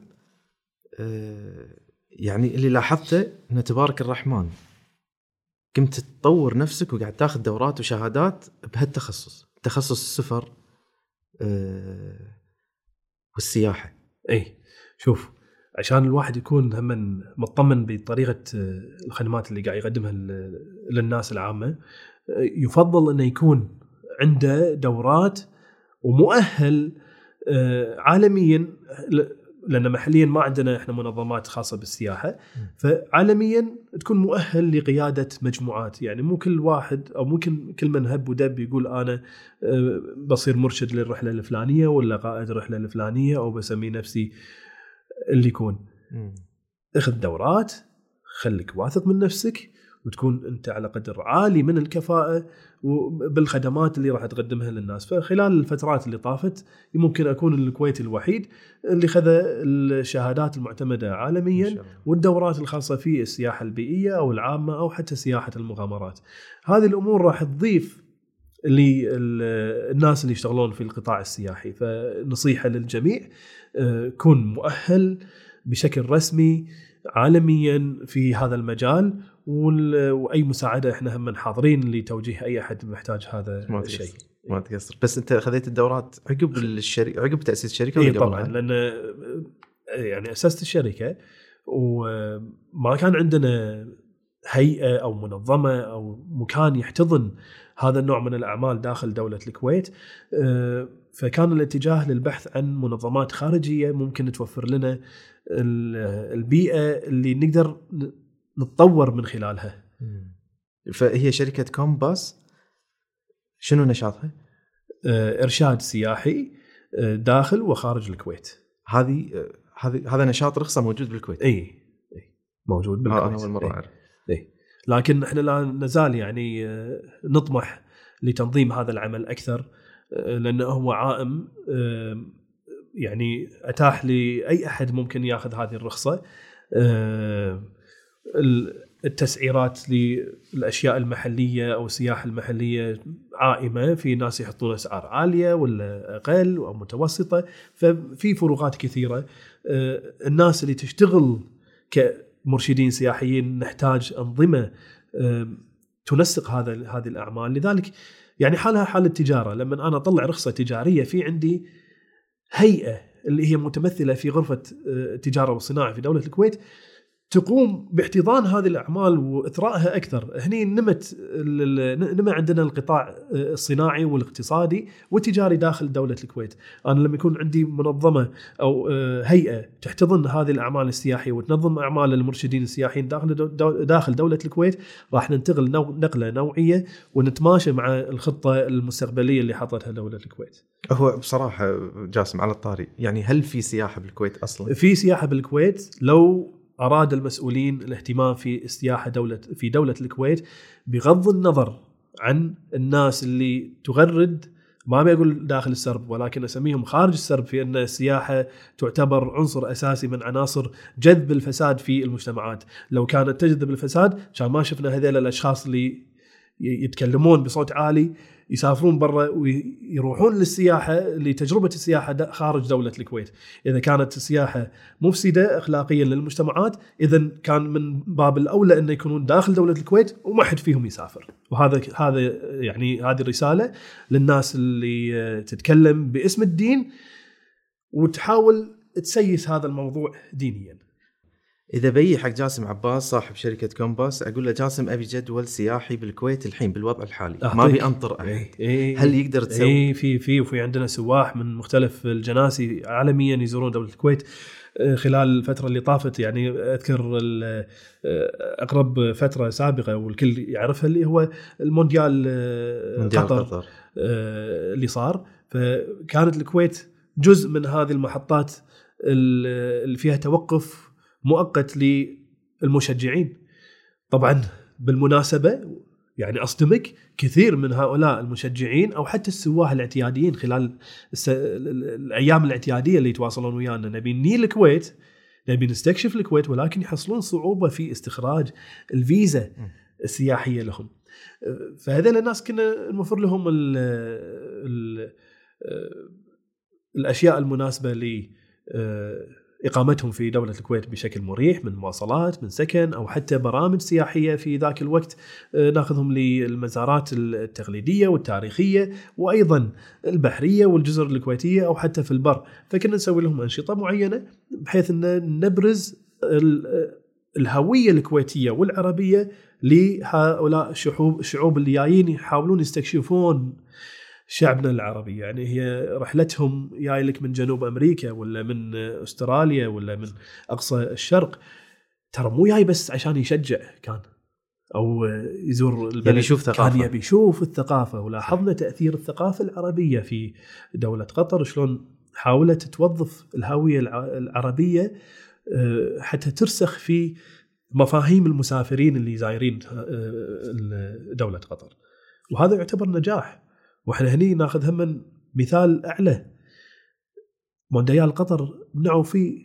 S2: يعني اللي لاحظته انه تبارك الرحمن قمت تطور نفسك وقاعد تاخذ دورات وشهادات بهالتخصص، تخصص السفر والسياحة.
S1: اي شوف، عشان الواحد يكون هم مطمن بطريقة الخدمات اللي قاعد يقدمها للناس العامة، يفضل انه يكون عنده دورات ومؤهل عالميا، لأن محليا ما عندنا إحنا منظمات خاصة بالسياحة. فعالميا تكون مؤهل لقيادة مجموعات. يعني مو كل واحد أو ممكن كل من هب ودب يقول أنا بصير مرشد للرحلة الفلانية ولا قائد الرحلة الفلانية أو بسمي نفسي اللي يكون. اخذ دورات، خليك واثق من نفسك، وتكون أنت على قدر عالي من الكفاءة بالخدمات اللي راح تقدمها للناس. فخلال الفترات اللي طافت ممكن أكون الكويتي الوحيد اللي خذ الشهادات المعتمدة عالميا والدورات الخاصة في السياحة البيئية أو العامة أو حتى سياحة المغامرات. هذه الأمور راح تضيف للناس اللي يشتغلون في القطاع السياحي. فنصيحة للجميع، كن مؤهل بشكل رسمي عالميا في هذا المجال، واي مساعده احنا هم حاضرين لتوجيه اي احد محتاج هذا الشيء.
S2: ما تقصر. بس انت خذيت الدورات عقب الشركه، عقب تاسيس الشركه؟
S1: اي طبعا، لان يعني اسست الشركه وما كان عندنا هيئة أو منظمة أو مكان يحتضن هذا النوع من الأعمال داخل دولة الكويت. فكان الاتجاه للبحث عن منظمات خارجية ممكن توفر لنا البيئة اللي نقدر نتطور من خلالها.
S2: فهي شركة كومباس شنو نشاطها؟
S1: إرشاد سياحي داخل وخارج الكويت.
S2: هذه هذه هذا نشاط رخصة موجود بالكويت.
S1: اي موجود بالكويت.
S2: انا اول مره اعرف.
S1: اي لكن احنا لا نزال يعني نطمح لتنظيم هذا العمل اكثر، لانه هو عائم يعني اتاح لاي احد ممكن ياخذ هذه الرخصه. التسعيرات للاشياء المحليه او السياحه المحليه عائمه، في ناس يحطون اسعار عاليه ولا اقل او متوسطه، ففي فروقات كثيره. الناس اللي تشتغل كمرشدين سياحيين نحتاج انظمه تنسق هذا هذه الاعمال. لذلك يعني حالها حال التجاره، لما انا اطلع رخصه تجاريه في عندي هيئه اللي هي متمثله في غرفه التجاره والصناعه في دوله الكويت تقوم باحتضان هذه الأعمال وإثرائها أكثر. هني نمت نما عندنا القطاع الصناعي والاقتصادي والتجاري داخل دولة الكويت. أنا لما يكون عندي منظمة أو هيئة تحتضن هذه الأعمال السياحية وتنظم أعمال المرشدين السياحيين داخل داخل دولة الكويت، راح ننتقل نقلة نوعية ونتماشى مع الخطة المستقبلية اللي حطتها دولة الكويت.
S2: هو بصراحة جاسم على الطاري، يعني هل في سياحة بالكويت أصلا؟
S1: في سياحة بالكويت لو أراد المسؤولين الاهتمام في السياحة دولة في دولة الكويت، بغض النظر عن الناس اللي تغرد، ما بيقول داخل السرب ولكن أسميهم خارج السرب، في أن السياحة تعتبر عنصر أساسي من عناصر جذب الفساد في المجتمعات. لو كانت تجذب الفساد كان ما شفنا هذول الأشخاص اللي يتكلمون بصوت عالي يسافرون برا ويروحون للسياحة لتجربة السياحة خارج دولة الكويت. إذا كانت السياحة مفسدة أخلاقيا للمجتمعات، إذن كان من باب الأولى أن يكونون داخل دولة الكويت وما حد فيهم يسافر. وهذا هذا يعني هذه الرسالة للناس اللي تتكلم باسم الدين وتحاول تسيس هذا الموضوع دينيا.
S2: إذا بيي حق جاسم عباس صاحب شركة كومباس أقول له جاسم أبي جدول سياحي بالكويت الحين بالوضع الحالي، ما أبي أنطر أحد،
S1: ايه ايه
S2: هل يقدر تسوي؟
S1: ايه في في وفي عندنا سواح من مختلف الجناسي عالميا يزورون دولة الكويت خلال الفترة اللي طافت. يعني أذكر أقرب فترة سابقة والكل يعرفها اللي هو المونديال قطر, قطر اللي صار، فكانت الكويت جزء من هذه المحطات اللي فيها توقف مؤقت للمشجعين. طبعا بالمناسبة يعني أصدمك كثير من هؤلاء المشجعين أو حتى السواح الاعتياديين خلال الس... الأيام الاعتيادية اللي يتواصلون ويانا، نبي نيل الكويت، نبي نستكشف الكويت، ولكن يحصلون صعوبة في استخراج الفيزا السياحية لهم. فهذول الناس كنا نوفر لهم ال... ال... الأشياء المناسبة ل إقامتهم في دولة الكويت بشكل مريح، من مواصلات، من سكن، أو حتى برامج سياحية في ذاك الوقت ناخذهم للمزارات التقليدية والتاريخية وأيضا البحرية والجزر الكويتية أو حتى في البر. فكنا نسوي لهم أنشطة معينة بحيث أن نبرز الهوية الكويتية والعربية لهؤلاء الشعوب الشعوب اللي جايين يحاولون يستكشفون شعبنا العربي. يعني هي رحلتهم جاي لك من جنوب أمريكا ولا من أستراليا ولا من أقصى الشرق، ترى مو جاي بس عشان يشجع كان أو يزور البلد،
S2: يبي يشوف ثقافة،
S1: كان يبي يشوف الثقافة. ولاحظنا تأثير الثقافة العربية في دولة قطر، شلون حاولت توظف الهوية العربية حتى ترسخ في مفاهيم المسافرين اللي زايرين دولة قطر، وهذا يعتبر نجاح. وإحنا هني ناخذ هم مثال أعلى، مونديال قطر منعوا فيه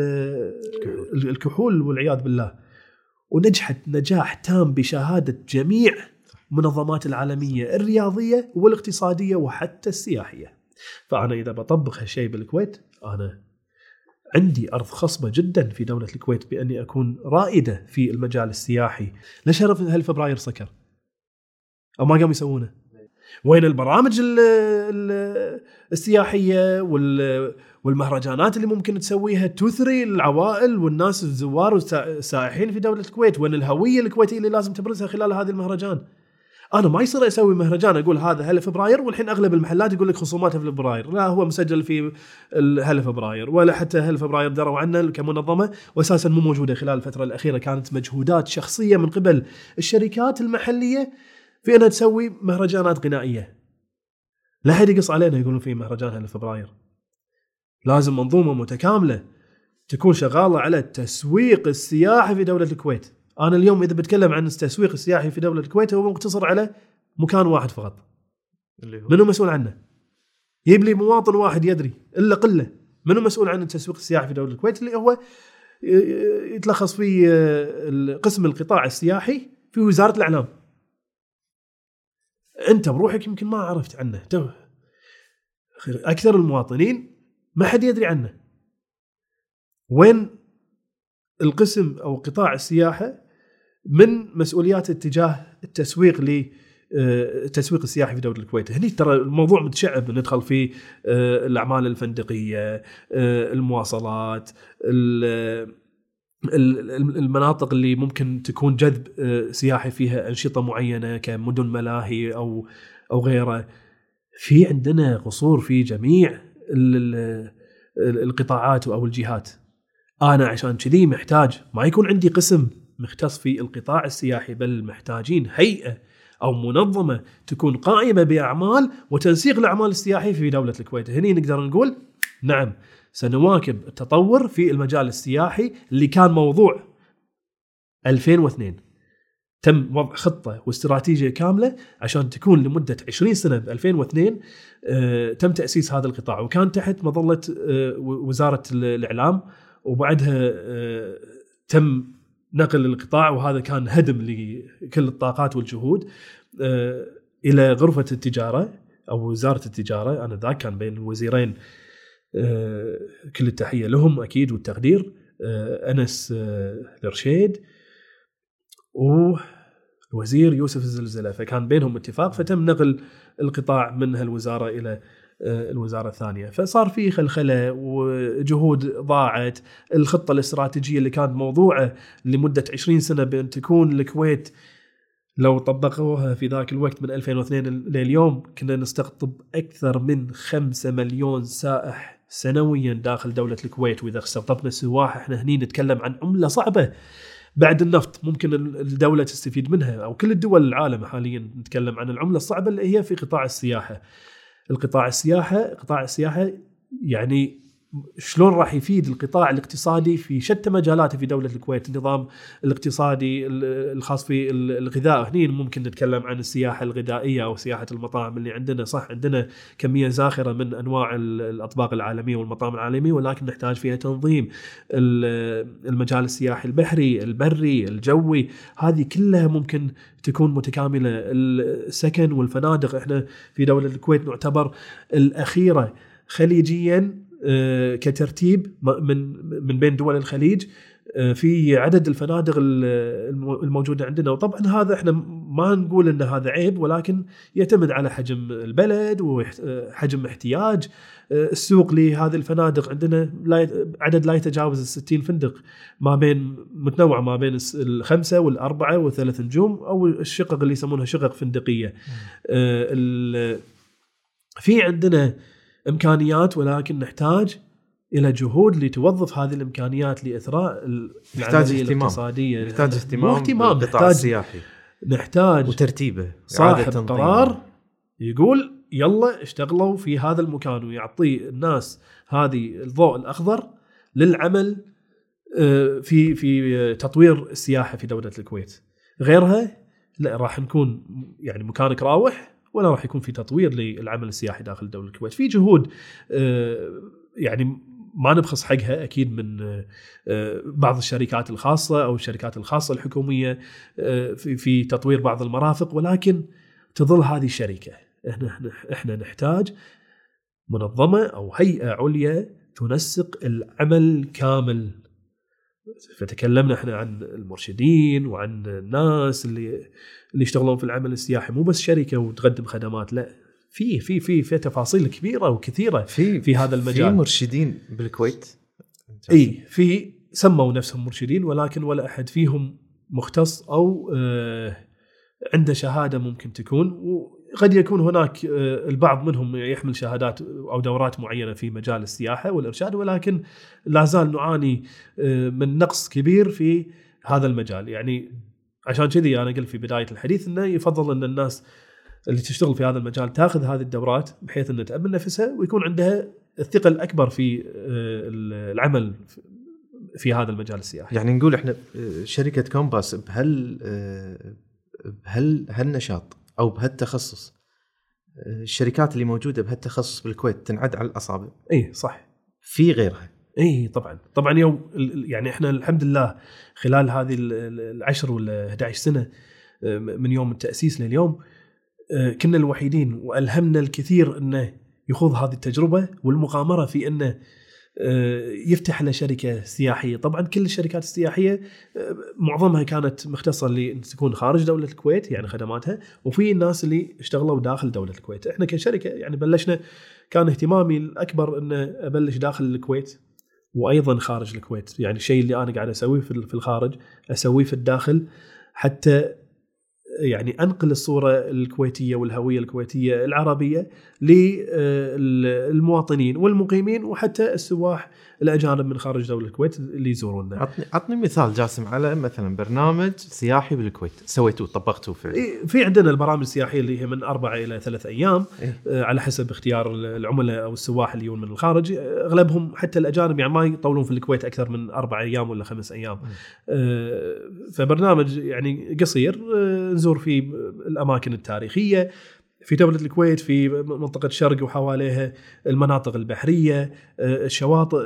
S1: الكحول والعياذ بالله، ونجحت نجاح تام بشهادة جميع منظمات العالمية الرياضية والاقتصادية وحتى السياحية. فأنا إذا بطبق هالشيء بالكويت، أنا عندي أرض خصبة جدا في دولة الكويت بأني أكون رائدة في المجال السياحي. ليش هل فبراير سكر أو ما قام يسوونه؟ وين البرامج ال ال السياحيه والمهرجانات اللي ممكن تسويها تثري العوائل والناس الزوار والسائحين في دوله الكويت؟ وين الهويه الكويتيه اللي لازم تبرزها خلال هذه المهرجان؟ انا ما يصير اسوي مهرجان اقول هذا هلا فبراير والحين اغلب المحلات يقول لك خصوماتها في فبراير، لا هو مسجل في هلا فبراير، ولا حتى هلا فبراير دروا عنه كمنظمه واساسا مو موجوده خلال الفتره الاخيره. كانت مجهودات شخصيه من قبل الشركات المحليه في انها تسوي مهرجانات غنائيه. لا حد يقص علينا يقولون في مهرجان هلا فبراير. لازم منظومه متكامله تكون شغاله على التسويق السياحي في دوله الكويت. أنا اليوم إذا بتكلم عن التسويق السياحي في دولة الكويت هو مقتصر على مكان واحد فقط، اللي هو منو مسؤول عنه؟ يجيب لي مواطن واحد يدري إلا قلة منو مسؤول عن التسويق السياحي في دولة الكويت، اللي هو يتلخص في قسم القطاع السياحي في وزارة الإعلام. أنت بروحك يمكن ما عرفت عنه، أكثر المواطنين ما حد يدري عنه. وين القسم أو قطاع السياحة من مسؤوليات اتجاه التسويق للتسويق السياحي في دولة الكويت؟ هني ترى الموضوع متشعب، ندخل في الأعمال الفندقية، المواصلات، المناطق اللي ممكن تكون جذب سياحي فيها أنشطة معينة كمدن ملاهي أو أو غيره. في عندنا قصور في جميع القطاعات أو الجهات. أنا عشان كذي محتاج ما يكون عندي قسم مختص في القطاع السياحي، بل محتاجين هيئة أو منظمة تكون قائمة بأعمال وتنسيق الأعمال السياحية في دولة الكويت. هني نقدر نقول نعم سنواكب التطور في المجال السياحي اللي كان موضوع ألفين واثنين. تم وضع خطة واستراتيجية كاملة عشان تكون لمدة عشرين سنة. ب ألفين واثنين آه تم تأسيس هذا القطاع، وكان تحت مظلة آه وزارة الإعلام، وبعدها آه تم نقل القطاع، وهذا كان هدم لكل الطاقات والجهود آه إلى غرفة التجارة أو وزارة التجارة. أنا ذاك كان بين الوزيرين آه كل التحية لهم أكيد والتقدير، آه أنس آه الرشيد والوزير يوسف الزلزلة، فكان بينهم اتفاق فتم نقل القطاع من هالوزارة إلى الوزارة الثانية. فصار في خلخلة وجهود ضاعت. الخطة الاستراتيجية اللي كانت موضوعة لمدة عشرين سنة بأن تكون الكويت، لو طبقوها في ذاك الوقت من ألفين واثنين لليوم كنا نستقطب أكثر من خمسة مليون سائح سنويا داخل دولة الكويت. وإذا استقطبنا السواح احنا هني نتكلم عن عملة صعبة بعد النفط ممكن الدولة تستفيد منها، أو كل الدول العالم حاليا نتكلم عن العملة الصعبة اللي هي في قطاع السياحة. القطاع السياحة قطاع السياحة يعني شلون راح يفيد القطاع الاقتصادي في شتى مجالاته في دولة الكويت. النظام الاقتصادي الخاص في الغذاء، هني ممكن نتكلم عن السياحة الغذائية أو سياحة المطاعم اللي عندنا. صح عندنا كمية زاخرة من أنواع الأطباق العالمية والمطاعم العالمية، ولكن نحتاج فيها تنظيم. المجال السياحي البحري البري الجوي هذه كلها ممكن تكون متكاملة. السكن والفنادق، احنا في دولة الكويت نعتبر الأخيرة خليجيا كترتيب من من بين دول الخليج في عدد الفنادق الموجودة عندنا. وطبعا هذا احنا ما نقول ان هذا عيب، ولكن يعتمد على حجم البلد وحجم احتياج السوق لهذه الفنادق. عندنا عدد لا يتجاوز الستين فندق، ما بين متنوع ما بين الخمسة والأربعة والثلاث نجوم أو الشقق اللي يسمونها شقق فندقية. في عندنا إمكانيات، ولكن نحتاج إلى جهود لتوظف هذه الإمكانيات لإثراء العملية الاقتصادية.
S2: نحتاج اهتمام بالقطاع السياحي،
S1: نحتاج
S2: وترتيبه.
S1: صاحب قرار يقول يلا اشتغلوا في هذا المكان ويعطي الناس هذه الضوء الأخضر للعمل في في تطوير السياحة في دولة الكويت. غيرها لا، راح نكون يعني مكانك راوح، ولا راح يكون في تطوير للعمل السياحي داخل دولة الكويت. في جهود يعني ما نبخس حقها أكيد من بعض الشركات الخاصة أو الشركات الخاصة الحكومية في في تطوير بعض المرافق، ولكن تظل هذه الشركة. احنا احنا نحتاج منظمة أو هيئة عليا تنسق العمل كامل فتكلمنا احنا عن المرشدين وعن الناس اللي اللي يشتغلون في العمل السياحي، مو بس شركه وتقدم خدمات، لا في في في في تفاصيل كبيره وكثيره في في هذا المجال.
S2: في مرشدين بالكويت،
S1: اي في سموا نفسهم مرشدين، ولكن ولا احد فيهم مختص او آه عنده شهاده ممكن تكون، وقد يكون هناك آه البعض منهم يحمل شهادات او دورات معينه في مجال السياحه والارشاد، ولكن لا زال نعاني آه من نقص كبير في هذا المجال. يعني عشان كذي انا قلت في بدايه الحديث انه يفضل ان الناس اللي تشتغل في هذا المجال تاخذ هذه الدورات بحيث انها تأمن نفسها ويكون عندها الثقة الأكبر في العمل في هذا المجال السياحي.
S2: يعني نقول احنا شركة كومباس بهال بهال هالنشاط او بهالتخصص، الشركات اللي موجودة بهالتخصص بالكويت تنعد على الأصابع.
S1: اي صح.
S2: في غيرها؟
S1: اي طبعا طبعا. يوم يعني احنا الحمد لله خلال هذه العشر ولا إحدى عشرة سنة من يوم التأسيس لليوم كنا الوحيدين، وألهمنا الكثير أنه يخوض هذه التجربة والمغامرة في أنه يفتح له شركة سياحية. طبعا كل الشركات السياحية معظمها كانت مختصة لأن تكون خارج دولة الكويت يعني خدماتها، وفي الناس اللي اشتغلوا داخل دولة الكويت. احنا كشركة يعني بلشنا، كان اهتمامي الأكبر أن أبلش داخل الكويت وأيضا خارج الكويت. يعني الشيء اللي أنا قاعد أسويه في الخارج أسويه في الداخل حتى يعني أنقل الصورة الكويتية والهوية الكويتية العربية للمواطنين والمقيمين وحتى السواح الأجانب من خارج دولة الكويت اللي يزوروننا.
S2: عطني عطني مثال جاسم على مثلا برنامج سياحي بالكويت سويتوه طبقتوه فعلا.
S1: في عندنا البرامج السياحية اللي هي من أربعة إلى ثلاث أيام
S2: إيه؟
S1: على حسب اختيار العملاء أو السواح اللي يجون من الخارج. أغلبهم حتى الأجانب يعني ما يطولون في الكويت أكثر من أربع أيام ولا خمس أيام. إيه؟ فبرنامج يعني قصير نزور فيه الأماكن التاريخية في دولة الكويت، في منطقة الشرق وحواليها المناطق البحرية، الشواطئ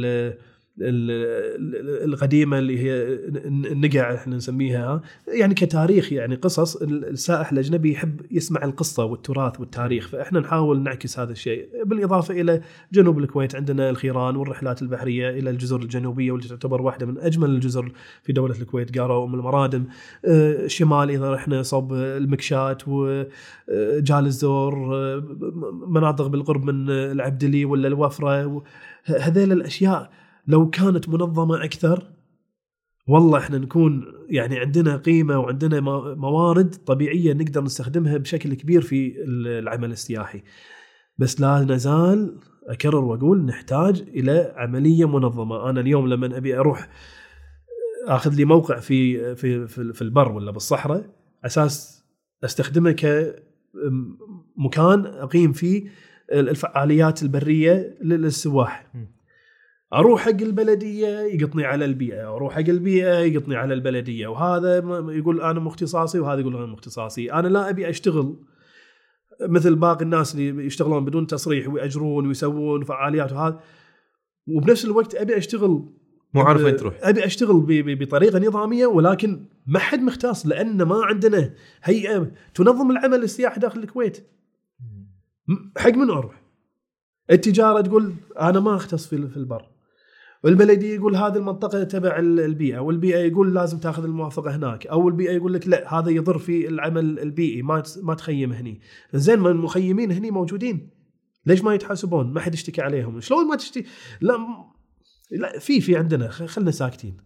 S1: القديمة اللي هي النقع احنا نسميها، يعني كتاريخ، يعني قصص السائح الأجنبي يحب يسمع القصة والتراث والتاريخ، فإحنا نحاول نعكس هذا الشيء. بالإضافة إلى جنوب الكويت عندنا الخيران والرحلات البحرية إلى الجزر الجنوبية والتي تعتبر واحدة من أجمل الجزر في دولة الكويت، قارة وأم المرادم. الشمال إذا رحنا صوب المكشات وجال الزور، مناطق بالقرب من العبدلي ولا الوفرة، هذيل الأشياء لو كانت منظمة أكثر والله إحنا نكون يعني عندنا قيمة وعندنا موارد طبيعية نقدر نستخدمها بشكل كبير في العمل السياحي. بس لا نزال أكرر وأقول نحتاج إلى عملية منظمة. أنا اليوم لما أبي أروح أخذ لي موقع في في في البر ولا بالصحراء أساس أستخدمه كمكان أقيم فيه الفعاليات البرية للسواح، أروح حق البلدية يقطني على البيئة، أروح حق البيئة يقطني على البلدية، وهذا يقول أنا مختصاصي وهذا يقول أنا مختصاصي. أنا لا أبي أشتغل مثل باقي الناس اللي يشتغلون بدون تصريح ويأجرون ويسوون فعاليات وهذا، وبنفس الوقت أبي أشتغل
S2: مو عارف وين تروح.
S1: أبي أشتغل بطريقة نظامية ولكن ما حد مختص، لأن ما عندنا هيئة تنظم العمل السياحي داخل الكويت. حق من أروح؟ التجارة تقول أنا ما أختص في البر، والبلدي يقول هذه المنطقة تبع البيئة، والبيئة يقول لازم تأخذ الموافقة هناك، أو البيئة يقول لك لا هذا يضر في العمل البيئي ما ما تخيم هني. زين ما المخيمين هني موجودين ليش ما يتحاسبون؟ ما حد يشتكي عليهم. شلون ما تشتكي؟ لا لا في في عندنا خلنا ساكتين.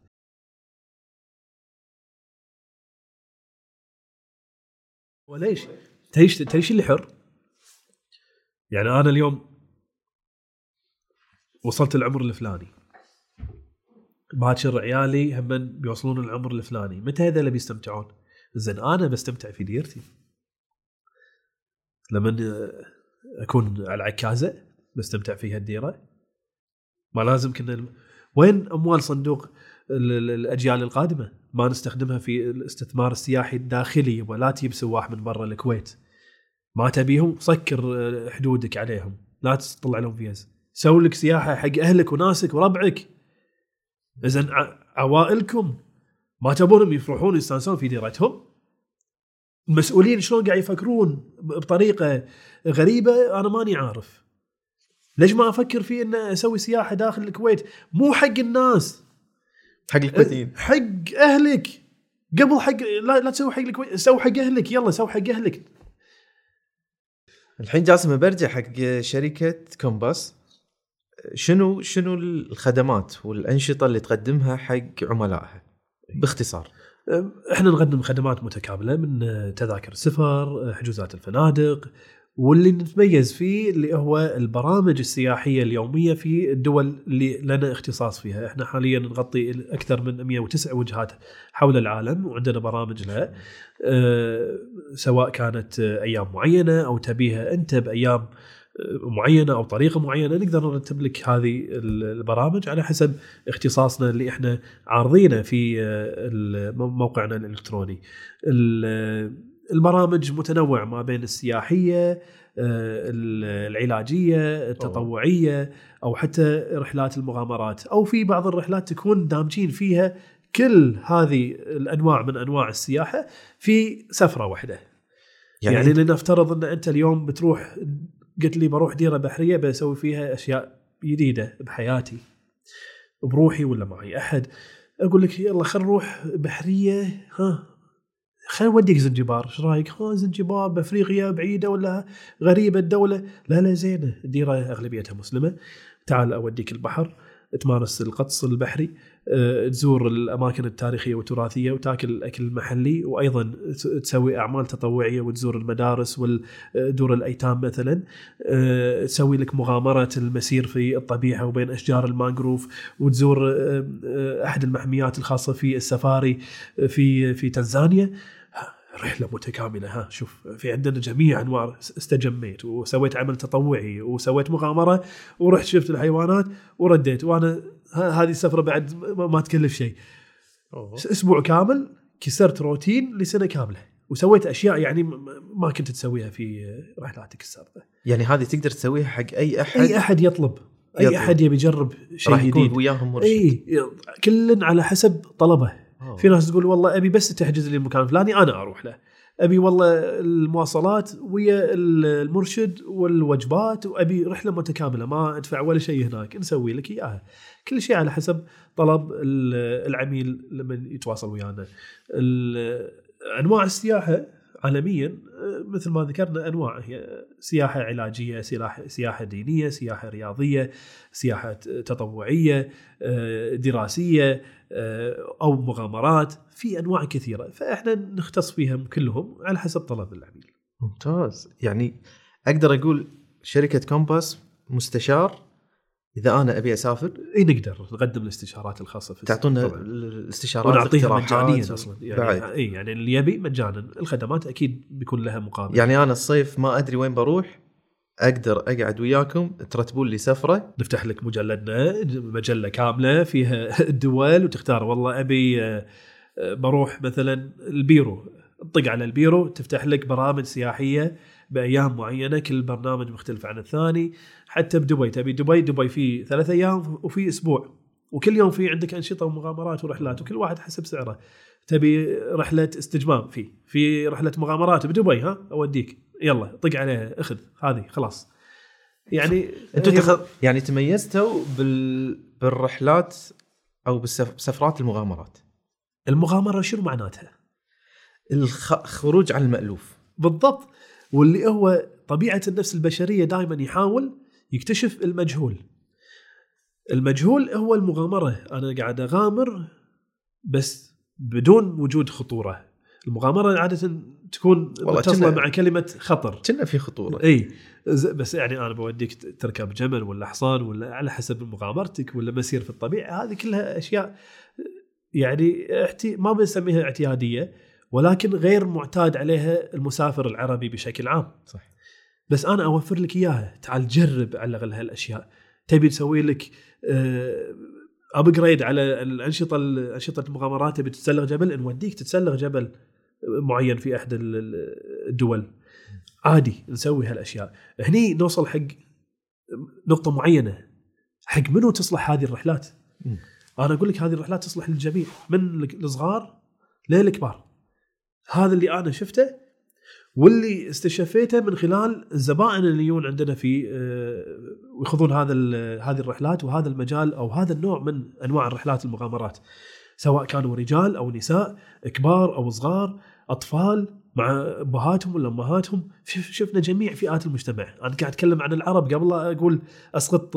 S1: وليش تعيش تعيش اللي حر. يعني أنا اليوم وصلت العمر الفلاني، باكر عيالي هم بيوصلون العمر الفلاني، متى هذا اللي بيستمتعون؟ زين أنا بستمتع في ديرتي. لما أكون على عكازة بستمتع في هالديرة. ما لازم كنا وين أموال صندوق الأجيال القادمة ما نستخدمها في الاستثمار السياحي الداخلي، ولا تجيب سواح من برا الكويت ما تبيهم سكر حدودك عليهم، لا تطلع لهم فيز، سوي لك سياحة حق أهلك وناسك وربعك. إذن عوائلكم ما تبونهم يفرحون يستانسون في ديرتهم؟ المسؤولين شلون قاعد يفكرون بطريقة غريبة أنا ماني عارف. ليش ما أفكر في أن أسوي سياحة داخل الكويت مو حق الناس،
S2: حق الكويتيين،
S1: حق اهلك قبل حق لا لا تسوي حق الكويت، سوي حق اهلك، يلا سوي حق اهلك.
S2: الحين جاسم برجع حق شركه كومباس، شنو شنو الخدمات والانشطه اللي تقدمها حق عملائها باختصار؟
S1: احنا نقدم خدمات متكامله من تذاكر السفر، حجوزات الفنادق، واللي نتميز فيه اللي هو البرامج السياحيه اليوميه في الدول اللي لنا اختصاص فيها. احنا حاليا نغطي اكثر من مئة وتسعة وجهات حول العالم وعندنا برامج لها، أه سواء كانت ايام معينه او تبيها انت بايام معينه او طريقه معينه، نقدر نرتب لك هذه البرامج على حسب اختصاصنا اللي احنا عارضينه في موقعنا الالكتروني. البرامج متنوع ما بين السياحيه، العلاجيه، التطوعيه، او حتى رحلات المغامرات، او في بعض الرحلات تكون دامجين فيها كل هذه الانواع من انواع السياحه في سفره واحده. يعني, يعني لنفترض ان انت اليوم بتروح، قلت لي بروح ديره بحريه بسوي فيها اشياء جديده بحياتي بروحي ولا معي احد، اقول لك يلا خل نروح بحريه، ها خل نوديك زنجبار، ايش رايك؟ ها زنجبار بافريقيا بعيده ولا غريبه الدوله؟ لا لا زينه، الديره اغلبيتها مسلمه، تعال اوديك البحر، تمارس الغطس البحري، أه، تزور الاماكن التاريخيه والتراثيه وتاكل الاكل المحلي، وايضا تسوي اعمال تطوعيه وتزور المدارس ودور الايتام مثلا، أه، تسوي لك مغامره المسير في الطبيعه وبين اشجار المانغروف، وتزور أه، احد المحميات الخاصه في السفاري في في تنزانيا. رحلة متكاملة. ها شوف، في عندنا جميع أنواع، استجميت وسويت عمل تطوعي وسويت مغامرة ورحت شفت الحيوانات ورديت، وأنا هذه السفرة بعد ما تكلف شيء. أوه. أسبوع كامل كسرت روتين لسنة كاملة وسويت أشياء يعني ما كنت تسويها في رحلاتك السابقة.
S2: يعني هذه تقدر تسويها حق أي أحد،
S1: أي أحد يطلب، أي يطلب. أحد يبي يجرب شيء جديد
S2: راح يكون وياهم مرشد.
S1: أي كل على حسب طلبه. أوه. في ناس تقول والله أبي بس تحجز لي المكان الفلاني أنا أروح له، أبي والله المواصلات ويا المرشد والوجبات، وأبي رحلة متكاملة ما أدفع ولا شيء هناك، نسوي لك إياها. كل شيء على حسب طلب العميل لما يتواصل ويانا. أنواع السياحة عالميا مثل ما ذكرنا أنواع، هي سياحة علاجية، سياحة سياحة دينية، سياحة رياضية، سياحة تطوعية، دراسية، أو مغامرات، في أنواع كثيرة، فإحنا نختص فيها كلهم على حسب طلب العميل.
S2: ممتاز. يعني أقدر أقول شركة كومباس مستشار إذا أنا أبي أسافر.
S1: إيه نقدر نقدم الاستشارات الخاصة في
S2: تعطونا الاستشارات
S1: ونعطيها مجانية أصلا يعني. إيه يعني اللي يبي مجانا، الخدمات أكيد بيكون لها مقابل.
S2: يعني أنا الصيف ما أدري وين بروح، أقدر أقعد وياكم ترتبون لي سفرة،
S1: نفتح لك مجلدنا مجلة كاملة فيها الدول، وتختار والله أبي بروح مثلا البيرو، طق على البيرو تفتح لك برامج سياحية بأيام معينة، كل برنامج مختلف عن الثاني. حتى بدبي تبي دبي دبي في ثلاثة أيام وفي أسبوع، وكل يوم في عندك أنشطة ومغامرات ورحلات، وكل واحد حسب سعره. تبي رحلة استجمام في في رحلة مغامرات بدبي، ها أوديك يلا طق عليها أخذ هذه خلاص. يعني
S2: أنتوا تخ... يعني تميزتوا بال... بالرحلات أو بسفرات المغامرات.
S1: المغامرة شنو معناتها؟
S2: الخروج عن المألوف.
S1: بالضبط، واللي هو طبيعة النفس البشرية دائما يحاول يكتشف المجهول. المجهول هو المغامرة، أنا قاعد أغامر بس بدون وجود خطورة. المغامرة عادة تكون متصلة مع كلمة خطر،
S2: كنا في خطورة.
S1: اي بس يعني أنا بوديك تركب جمل ولا حصان ولا على حسب مغامرتك، ولا مسير في الطبيعة، هذه كلها أشياء يعني ما بنسميها اعتيادية، ولكن غير معتاد عليها المسافر العربي بشكل عام.
S2: صح.
S1: بس أنا أوفر لك إياها، تعال جرب على غل هالأشياء. تبي تسوي لك أبجريد على الأنشطة الأنشطة المغامرات، تبي تتسلق جبل، نوديك تتسلق جبل معين في أحد الدول، عادي نسوي هالأشياء. هني نوصل حق نقطة معينة، حق منو تصلح هذه الرحلات. م. أنا أقول لك هذه الرحلات تصلح للجميع من الصغار للكبار. هذا اللي أنا شفته واللي استشفيته من خلال الزبائن اللي يجون عندنا في ويخوضون هذا هذه الرحلات وهذا المجال أو هذا النوع من أنواع الرحلات المغامرات. سواء كانوا رجال أو نساء، كبار أو صغار، أطفال مع أبهاتهم ولا أمهاتهم. شفنا جميع فئات المجتمع. أنا قاعد أتكلم عن العرب قبل لا أقول أسقط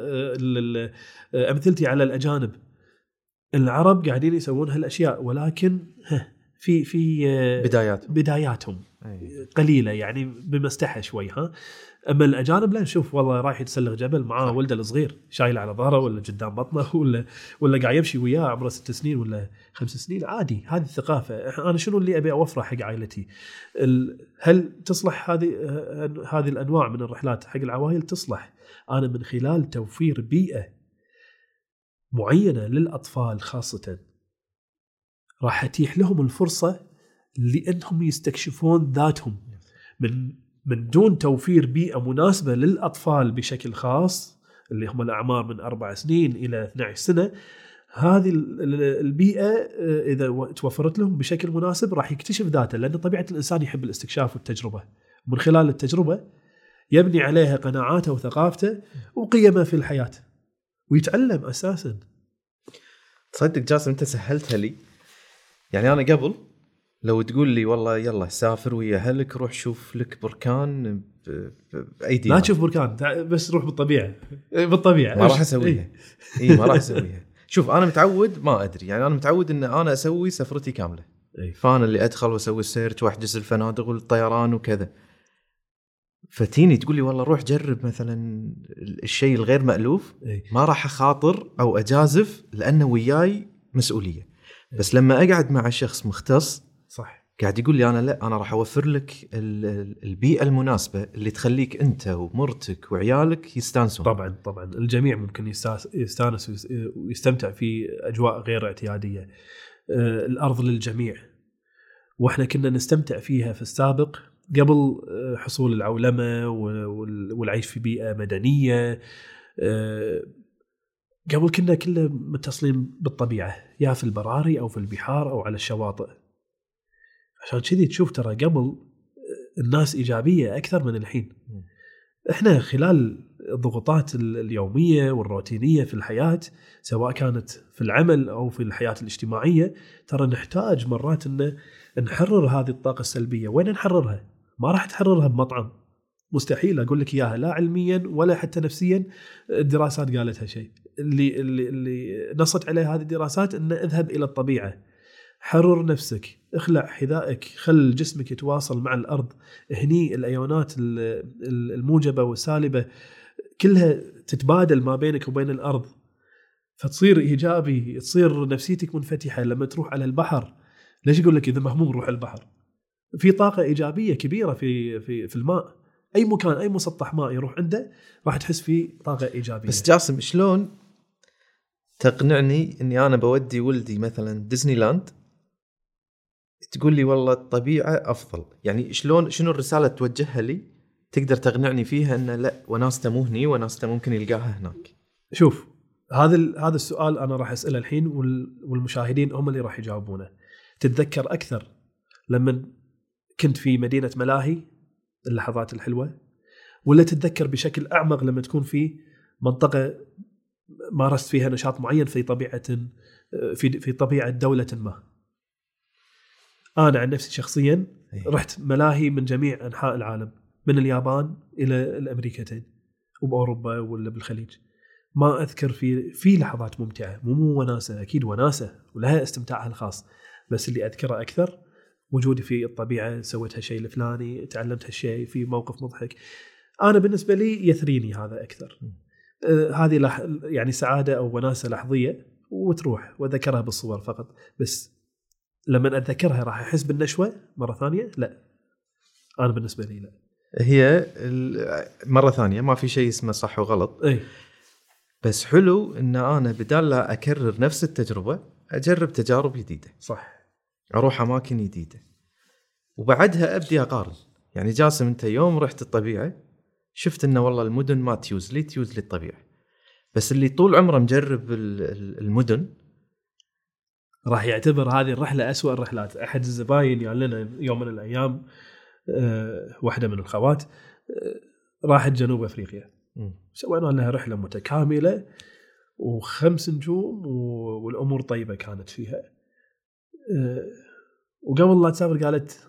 S1: أمثلتي على الأجانب. العرب قاعدين يسوون هالأشياء، ولكن في في
S2: بداياتهم
S1: بداياتهم
S2: أي.
S1: قليلة يعني بمستحى شوي. ها أما الأجانب لا، نشوف والله رايح يتسلق جبل معاه ولده الصغير شايل على ظهره ولا قدام بطنه ولا ولا قاعد يمشي وياه عمره ست سنين ولا خمس سنين، عادي. هذه الثقافة. أنا شنو اللي أبي أوفره حق عائلتي؟ هل تصلح هذه هذه الأنواع من الرحلات حق العوائل؟ تصلح. أنا من خلال توفير بيئة معينة للأطفال خاصة راح أتيح لهم الفرصة لأنهم يستكشفون ذاتهم. من من دون توفير بيئة مناسبة للأطفال بشكل خاص اللي هم الأعمار من أربع سنين إلى اثنتي عشرة سنة، هذه البيئة إذا توفرت لهم بشكل مناسب راح يكتشف ذاته، لأن طبيعة الإنسان يحب الاستكشاف والتجربة. من خلال التجربة يبني عليها قناعاته وثقافته وقيمه في الحياة ويتعلم أساساً.
S2: تصدق جاسم أنت سهلتها لي. يعني أنا قبل لو تقول لي والله يلا سافر ويا أهلك روح شوف لك بركان بأيدي،
S1: لا تشوف بركان بس روح بالطبيعة. بالطبيعة
S2: ما راح أسويها. إيه ما راح أسويها. شوف أنا متعود ما أدري، يعني أنا متعود إن أنا أسوي سفرتي كاملة.
S1: إيه.
S2: فأنا اللي أدخل وأسوي السيرش وأحجز الفنادق والطيران وكذا. فتيني تقول لي والله روح جرب مثلا الشيء الغير مألوف،
S1: إيه.
S2: ما راح أخاطر أو أجازف لأنه وياي مسؤولية. إيه. بس لما أقعد مع شخص مختص
S1: صح
S2: قاعد يقول لي أنا لا أنا راح أوفر لك البيئة المناسبة اللي تخليك أنت ومرتك وعيالك يستانسون.
S1: طبعا طبعا الجميع ممكن يستانس ويستمتع في أجواء غير اعتيادية. الأرض للجميع، وإحنا كنا نستمتع فيها في السابق قبل حصول العولمة والعيش في بيئة مدنية. قبل كنا كله متصلين بالطبيعة، يا في البراري أو في البحار أو على الشواطئ. عشان كذي تشوف ترى قبل الناس إيجابية أكثر من الحين. إحنا خلال الضغوطات اليومية والروتينية في الحياة سواء كانت في العمل أو في الحياة الاجتماعية، ترى نحتاج مرات أن نحرر هذه الطاقة السلبية. وين نحررها؟ ما راح تحررها بمطعم، مستحيل أقول لك إياها، لا علميا ولا حتى نفسيا. الدراسات قالتها شيء اللي, اللي, اللي نصت عليه هذه الدراسات، أن اذهب إلى الطبيعة، حرر نفسك، اخلع حذائك، خل جسمك يتواصل مع الأرض. هني الأيونات الموجبة والسالبة كلها تتبادل ما بينك وبين الأرض، فتصير إيجابي، تصير نفسيتك منفتحة. لما تروح على البحر، ليش يقول لك إذا مهموم روح البحر؟ في طاقة إيجابية كبيرة في في في الماء. أي مكان أي مسطح ماء يروح عنده راح تحس فيه طاقة إيجابية.
S2: بس جاسم شلون تقنعني إني أنا بودي ولدي مثلا ديزني لاند تقول لي والله الطبيعة أفضل؟ يعني شلون شنو الرسالة توجهها لي تقدر تقنعني فيها أن لا وناسته مو هني وناسته ممكن يلقاها هناك؟
S1: شوف هذا هذا السؤال أنا راح أسأله الحين والمشاهدين هم اللي راح يجاوبونه. تتذكر أكثر لما كنت في مدينة ملاهي اللحظات الحلوة، ولا تتذكر بشكل أعمق لما تكون في منطقة مارست فيها نشاط معين في طبيعة في في طبيعة دولة ما؟ أنا عن نفسي شخصيا رحت ملاهي من جميع أنحاء العالم، من اليابان إلى الأمريكتين وبأوروبا ولا بالخليج. ما أذكر في في لحظات ممتعة، مو مو وناسة، أكيد وناسة ولها استمتاعها الخاص، بس اللي أذكره أكثر وجودي في الطبيعة، سويت هالشيء الفلاني، تعلمت هالشيء في موقف مضحك. أنا بالنسبة لي يثريني هذا أكثر. آه هذه لح يعني سعادة أو وناسة لحظية وتروح، وذكرها بالصور فقط. بس لما أتذكرها راح أحس بالنشوة مرة ثانية؟ لا، أنا بالنسبة لي لا.
S2: هي مرة ثانية ما في شيء اسمه صح وغلط.
S1: أي.
S2: بس حلو إن أنا بدال لا أكرر نفس التجربة أجرب تجارب جديدة.
S1: صح.
S2: أروح أماكن جديدة وبعدها أبدي أقارن. يعني جاسم أنت يوم رحت الطبيعة شفت إنه والله المدن ما تيوز لي، تيوز للطبيعة. بس اللي طول عمره مجرب المدن
S1: راح يعتبر هذه الرحلة أسوأ الرحلات. أحد الزباين يعني لنا يوم من الأيام أه واحدة من الخوات أه راحت جنوب أفريقيا، سوينا لها رحلة متكاملة وخمس نجوم والامور طيبه كانت فيها. وقبل لا تسافر قالت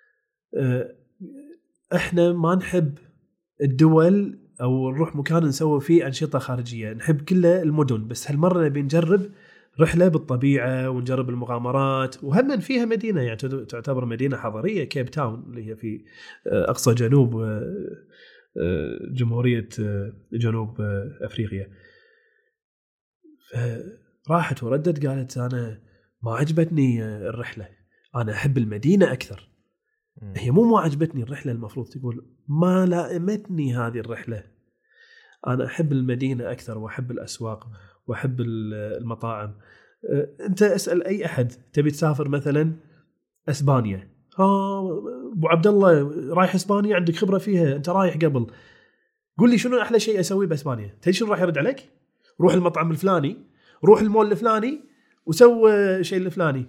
S1: احنا ما نحب الدول او نروح مكان نسوي فيه انشطه خارجيه، نحب كله المدن، بس هالمره نبي نجرب رحله بالطبيعه ونجرب المغامرات. وهم فيها مدينه يعني تعتبر مدينه حضاريه، كيب تاون اللي هي في اقصى جنوب جمهوريه جنوب افريقيا. فراحت وردت قالت انا ما عجبتني الرحله، انا احب المدينه اكثر. م. هي مو ما عجبتني الرحله، المفروض تقول ما لائمتني هذه الرحله، انا احب المدينه اكثر واحب الاسواق واحب المطاعم. انت اسال اي احد تبي تسافر مثلا اسبانيا، ها ابو عبد الله رايح اسبانيا عندك خبره فيها، انت رايح قبل، قول لي شنو احلى شيء اسويه باسبانيا؟ تدري شنو راح يرد عليك؟ روح المطعم الفلاني، روح المول الفلاني، وسوي شيء الفلاني.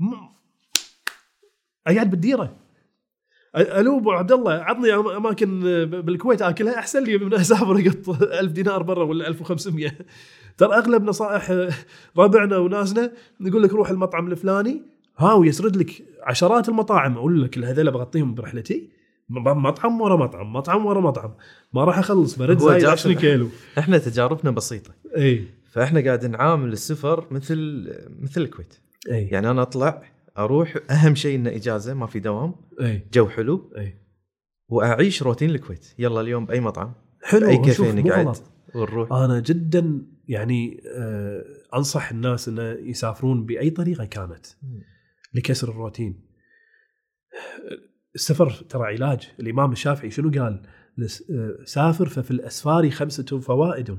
S1: قاعد بالديره. الو ابو عبد الله عطني اماكن بالكويت اكلها احسن لي من اسافر اقط ألف دينار برا ولا ألف وخمسمية. ترى اغلب نصائح ربعنا وناسنا نقول لك روح المطعم الفلاني، ها ويسرد لك عشرات المطاعم، اقول لك هذول بغطيهم برحلتي، مطعم ورا مطعم مطعم ورا مطعم، ما راح اخلص، برد زايد عشرين كيلو.
S2: احنا تجاربنا بسيطه،
S1: اي
S2: فاحنا قاعد نعامل السفر مثل مثل الكويت.
S1: أي.
S2: يعني انا اطلع اروح، اهم شيء انه اجازه ما في دوام،
S1: أي.
S2: جو حلو،
S1: أي.
S2: واعيش روتين الكويت. يلا اليوم باي مطعم
S1: حلو،
S2: اي كافيه نقعد ونروح.
S1: انا جدا يعني آه انصح الناس انه يسافرون باي طريقه كانت لكسر الروتين. السفر ترى علاج. الامام الشافعي شنو قال؟ سافر ففي الاسفار خمسه فوائد: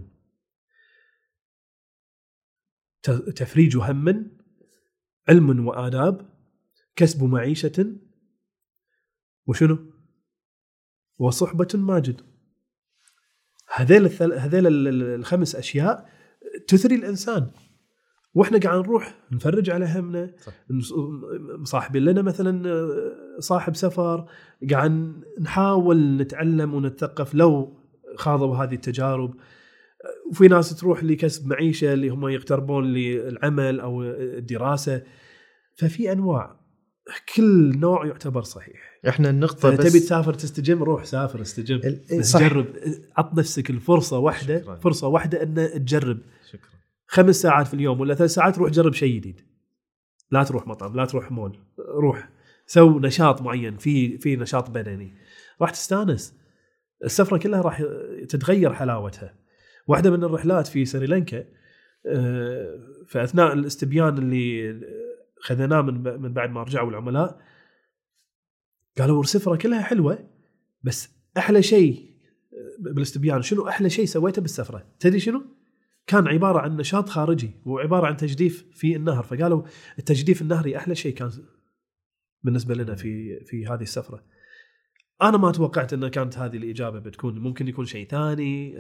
S1: تفريج هم، علم وآداب، كسب معيشة، وشنو؟ وصحبة ماجد. هذيل الثل... هذيل الخمس أشياء تثري الإنسان. وإحنا قاعد نروح نفرج على همنا، مصاحبين لنا مثلا صاحب سفر، قاعد نحاول نتعلم ونتثقف لو خاضوا هذه التجارب. وفي ناس تروح لكسب معيشة اللي هم يقتربون للعمل أو الدراسة. ففي أنواع، كل نوع يعتبر صحيح.
S2: إحنا النقطة بس
S1: تبي تسافر تستجم، روح سافر استجم، بس جرب، عط نفسك الفرصة واحدة. شكرا. فرصة واحدة أن تجرب.
S2: شكرا.
S1: خمس ساعات في اليوم ولا ثلاث ساعات روح جرب شيء جديد. لا تروح مطعم، لا تروح مول، روح سو نشاط معين، في في نشاط بدني، راح تستانس. السفرة كلها راح تتغير حلاوتها. واحدة من الرحلات في سريلانكا، في أثناء الاستبيان اللي خذناه من من بعد ما رجعوا العملاء، قالوا السفرة كلها حلوة، بس أحلى شيء بالاستبيان شنو؟ أحلى شيء سويته بالسفرة تدري شنو؟ كان عبارة عن نشاط خارجي وعبارة عن تجديف في النهر. فقالوا التجديف النهري أحلى شيء كان بالنسبة لنا في في هذه السفرة. أنا ما توقعت أن كانت هذه الإجابة بتكون، ممكن يكون شيء ثاني،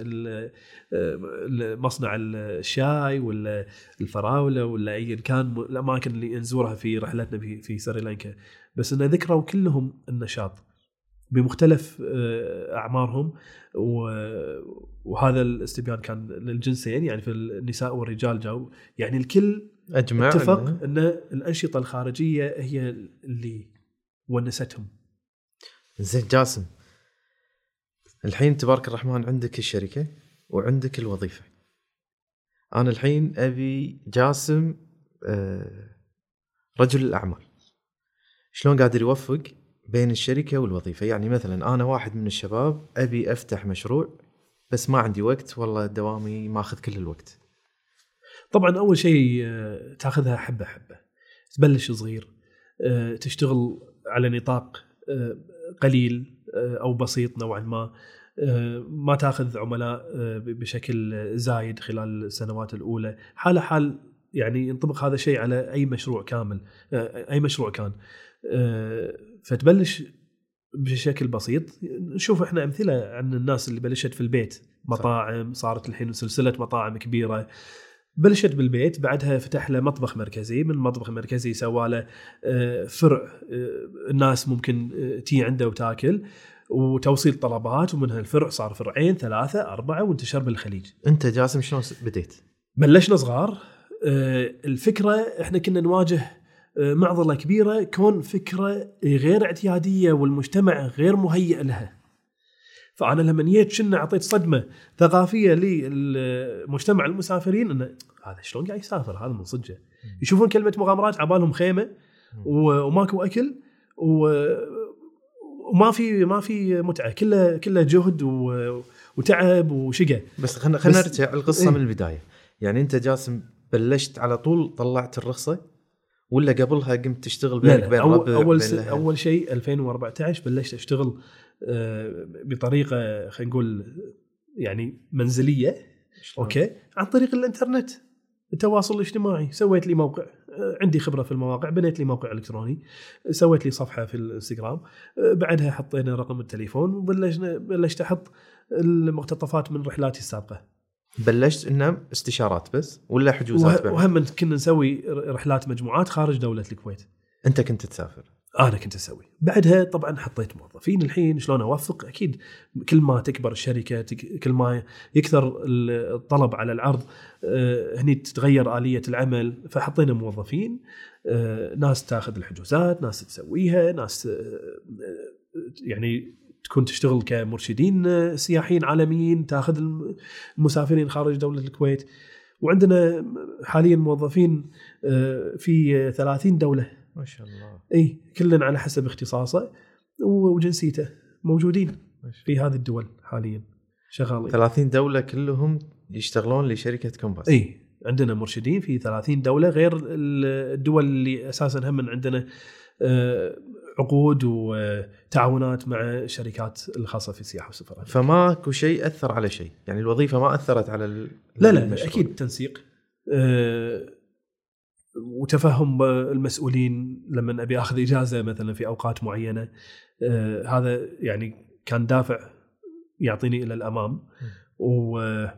S1: مصنع الشاي ولا الفراولة ولا أي كان الأماكن اللي نزورها في رحلتنا في في سريلانكا. بس أن ذكروا كلهم النشاط بمختلف أعمارهم. وهذا الاستبيان كان للجنسين، يعني في النساء والرجال جاوا، يعني الكل
S2: أجمع
S1: اتفق أن الأنشطة الخارجية هي اللي ونستهم.
S2: زين جاسم، الحين تبارك الرحمن عندك الشركة وعندك الوظيفة. أنا الحين أبي جاسم رجل الأعمال شلون قادر يوفق بين الشركة والوظيفة؟ يعني مثلا أنا واحد من الشباب أبي أفتح مشروع بس ما عندي وقت، والله دوامي ماخذ كل الوقت.
S1: طبعا أول شيء تاخذها حبة حبة، تبلش صغير، تشتغل على نطاق قليل أو بسيط نوعا ما، ما تأخذ عملاء بشكل زايد خلال السنوات الأولى. حال حال يعني ينطبق هذا الشيء على أي مشروع كامل، أي مشروع كان. فتبلش بشكل بسيط. نشوف إحنا أمثلة عن الناس اللي بلشت في البيت، مطاعم، صارت الحين سلسلة مطاعم كبيرة. بلشت بالبيت، بعدها فتح له مطبخ مركزي، من مطبخ مركزي سواله فرع، الناس ممكن تي عنده وتاكل، وتوصيل طلبات، ومن هالفرع صار فرعين ثلاثة أربعة وانتشر بالخليج.
S2: أنت جاسم شلون بديت؟
S1: بلشنا صغار. الفكرة احنا كنا نواجه معضلة كبيرة، كون فكرة غير اعتيادية والمجتمع غير مهيئ لها. فأنا لما جيت كنا أعطيت صدمة ثقافية للمجتمع المسافرين إنه هذا شلون قاعد يسافر، هذا من صدقه. يشوفون كلمة مغامرات عبالهم خيمة وماكو أكل وما في ما في متعة، كله كله جهد وتعب وشقة.
S2: بس خلينا خلينا نرجع القصة إيه؟ من البداية. يعني أنت جاسم بلشت على طول طلعت الرخصة ولا قبلها قمت تشتغل بينك بين ربع؟
S1: أول س... أول شيء ألفين وأربعة عشر بلشت أشتغل بطريقة خلينا نقول يعني منزلية. أوكي، عن طريق الإنترنت، التواصل الاجتماعي. سويت لي موقع، عندي خبرة في المواقع، بنيت لي موقع إلكتروني، سويت لي صفحة في الانستغرام، بعدها حطينا رقم التليفون وبلشنا بلشت أحط المقتطفات من رحلاتي السابقة.
S2: بلشت إنه استشارات بس ولا حجوزات؟
S1: وهم كنا نسوي رحلات مجموعات خارج دولة الكويت.
S2: أنت كنت تسافر؟
S1: أنا كنت أسوي. بعدها طبعا حطيت موظفين. الحين شلون أوفق؟ أكيد كل ما تكبر الشركة، كل ما يكثر الطلب على العرض، هني تتغير آلية العمل. فحطينا موظفين، ناس تاخذ الحجوزات، ناس تسويها، ناس يعني تكون تشتغل كمرشدين سياحيين عالميين، تاخذ المسافرين خارج دولة الكويت. وعندنا حاليا موظفين في ثلاثين دولة
S2: ما شاء الله.
S1: اي كلنا على حسب اختصاصه وجنسيته موجودين في هذه الدول حاليا شغالين.
S2: ثلاثين دولة كلهم يشتغلون لشركة كومباس.
S1: اي عندنا مرشدين في ثلاثين دولة، غير الدول اللي اساسا هم عندنا عقود وتعاونات مع شركات الخاصة في السياحة والسفر.
S2: فماكو شيء أثر على شيء، يعني الوظيفة ما أثرت على ال...
S1: لا لا أكيد تنسيق أه وتفهم المسؤولين لما أبي أخذ إجازة مثلا في أوقات معينة. أه هذا يعني كان دافع يعطيني إلى الأمام. وتنسيق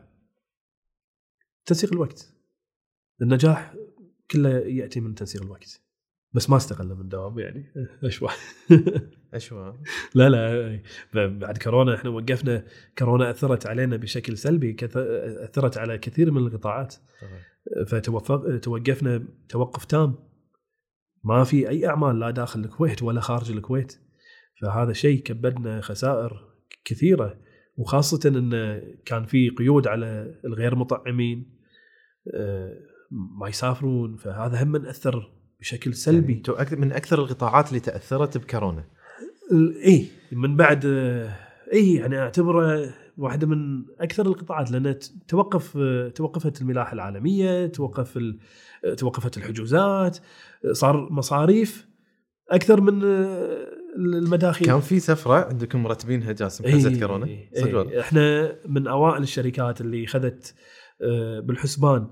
S1: الوقت، النجاح كله يأتي من تنسيق الوقت. بس ما استغلنا من دوام يعني أشوى
S2: أشوى
S1: لا لا بعد كورونا احنا وقفنا. كورونا أثرت علينا بشكل سلبي، أثرت على كثير من القطاعات. فتوقفنا توقف تام، ما في أي أعمال لا داخل الكويت ولا خارج الكويت. فهذا شيء كبدنا خسائر كثيرة، وخاصة أن كان في قيود على الغير مطعمين ما يسافرون. فهذا هم أثر بشكل سلبي.
S2: يعني من أكثر القطاعات اللي تأثرت بكورونا.
S1: إيه من بعد إيه يعني أعتبره واحدة من أكثر القطاعات، لأن توقف توقفت الملاحة العالمية، توقف توقفت الحجوزات، صار مصاريف أكثر من المداخل.
S2: كان في سفرة عندكم مرتبينها جاسم حزت إيه كورونا؟
S1: إيه إحنا من أوائل الشركات اللي خذت بالحسبان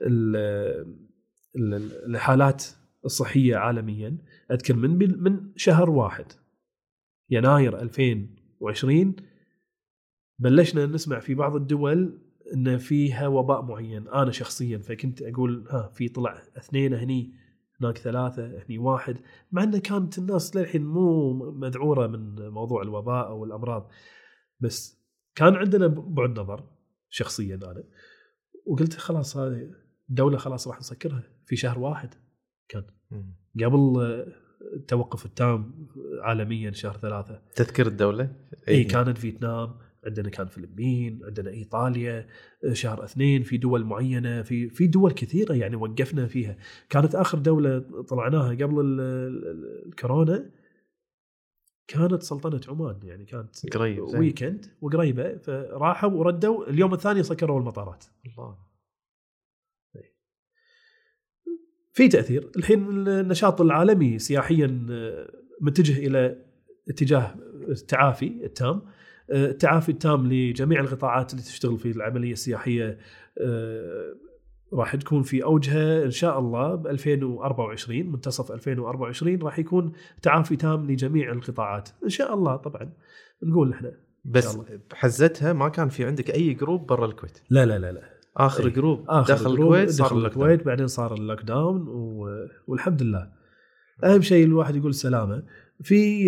S1: الحالات الصحية عالميا. أذكر من من شهر واحد يناير ألفين وعشرين بلشنا نسمع في بعض الدول إن فيها وباء معين. أنا شخصيا فكنت أقول ها في طلع اثنين هني، هناك ثلاثة، هني واحد، مع أن كانت الناس للحين مو مذعورة من موضوع الوباء أو الأمراض. بس كان عندنا بعد نظر شخصيا أنا، وقلت خلاص هذه الدولة خلاص راح نسكرها في شهر واحد. كان قبل التوقف التام عالميا شهر ثلاثة.
S2: تذكر الدولة؟
S1: أي, أي كانت فيتنام، عندنا كان فلبين، عندنا إيطاليا. شهر اثنين في دول معينة، في في دول كثيرة يعني وقفنا فيها. كانت آخر دولة طلعناها قبل الكورونا كانت سلطنة عمان، يعني كانت
S2: قريب
S1: ويكند وقريبة، فراحوا وردوا اليوم الثاني سكروا المطارات.
S2: الله.
S1: في تأثير. الحين النشاط العالمي سياحيا متجه إلى اتجاه التعافي التام. التعافي التام لجميع القطاعات اللي تشتغل في العملية السياحية راح تكون في أوجها إن شاء الله ب ألفين وأربعة وعشرين، منتصف ألفين وأربعة وعشرين راح يكون تعافي تام لجميع القطاعات إن شاء الله. طبعا نقول نحن
S2: بس بحزتها ما كان في عندك أي جروب برا الكويت؟
S1: لا لا لا لا
S2: آخر
S1: أي.
S2: جروب
S1: آخر
S2: دخل
S1: جروب
S2: الكويت صار
S1: دخل الكويت، بعدين صار اللوك داون و... والحمد لله. أهم شيء الواحد يقول سلامة. في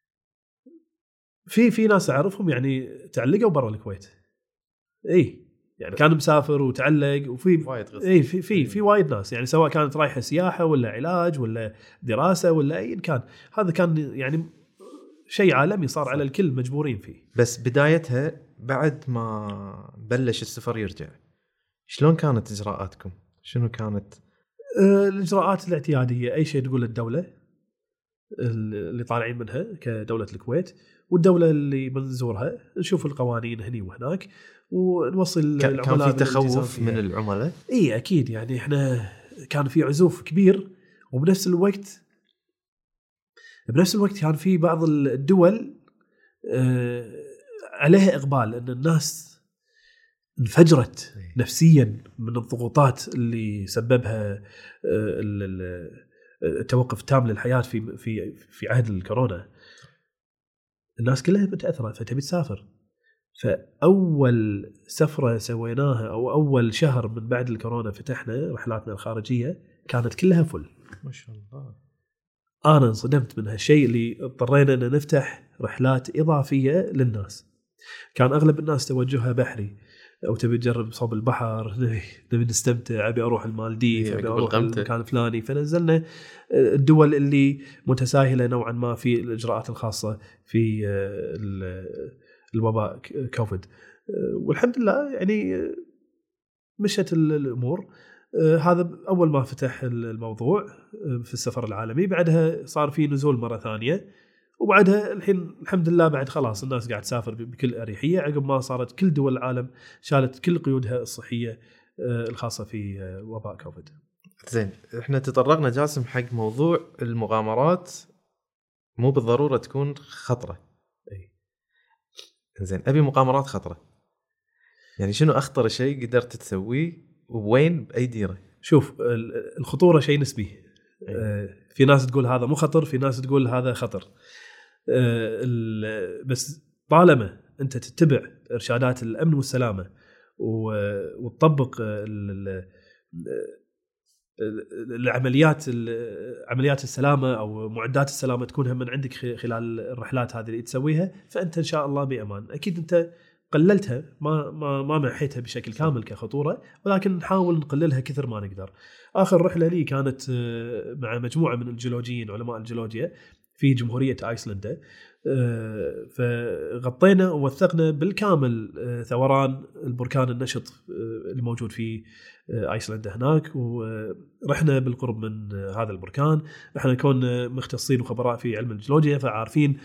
S1: في في ناس أعرفهم يعني تعلقوا برا الكويت. إيه يعني كان مسافر وتعلق وفي
S2: وايد قصص.
S1: اي في في في وايد ناس يعني سواء كانت رايحه سياحه ولا علاج ولا دراسه ولا اي كان. هذا كان يعني شيء عالمي صار على الكل مجبورين فيه.
S2: بس بدايتها بعد ما بلش السفر يرجع شلون كانت اجراءاتكم؟ شنو كانت
S1: أه الاجراءات الاعتياديه اي شيء تقول الدوله اللي طالعين منها كدوله الكويت والدوله اللي بنزورها نشوف القوانين هني وهناك ونوصل العملاء.
S2: كان في تخوف من العملاء؟
S1: اي اكيد يعني احنا كان في عزوف كبير وبنفس الوقت بنفس الوقت كان في بعض الدول آه عليها اقبال ان الناس انفجرت نفسيا من الضغوطات اللي سببها آه التوقف التام للحياه في في في عهد الكورونا. الناس كلها متاثره فتبي تسافر. فاول سفره سويناها او اول شهر من بعد الكورونا فتحنا رحلاتنا الخارجيه كانت كلها فل.
S2: ما شاء الله.
S1: انا انصدمت من هالشيء اللي اضطرينا ان نفتح رحلات اضافيه للناس. كان اغلب الناس توجهها بحري او تبي تجرب صوب البحر، نبي نستمتع، ابي اروح المالديف، ابي اروح المكان الفلاني. فنزلنا الدول اللي متساهله نوعا ما في الاجراءات الخاصه في الوباء كوفيد. والحمد لله يعني مشت الامور. هذا اول ما فتح الموضوع في السفر العالمي. بعدها صار في نزول مره ثانيه، وبعدها الحين الحمد لله بعد خلاص الناس قاعد تسافر بكل اريحيه عقب ما صارت كل دول العالم شالت كل قيودها الصحيه الخاصه في وباء كوفيد.
S2: زين، احنا تطرقنا جاسم حق موضوع المغامرات مو بالضروره تكون خطره.
S1: اي
S2: زين، ابي مغامرات خطره. يعني شنو اخطر شيء قدرت تسويه وين باي ديره؟
S1: شوف الخطوره شيء نسبي. في ناس تقول هذا مو خطر، في ناس تقول هذا خطر. بس طالما انت تتبع ارشادات الامن والسلامه وتطبق العمليات عمليات السلامه او معدات السلامه تكونها من عندك خلال الرحلات هذه اللي تسويها، فانت ان شاء الله بامان. اكيد انت قللتها، ما ما ما محيتها بشكل كامل كخطوره، ولكن نحاول نقللها كثر ما نقدر. اخر رحله لي كانت مع مجموعه من الجيولوجيين علماء الجيولوجيا في جمهوريه ايسلندا. فغطينا ووثقنا بالكامل ثوران البركان النشط الموجود في ايسلندا هناك، ورحنا بالقرب من هذا البركان. احنا كنا مختصين وخبراء في علم الجيولوجيا فعارفين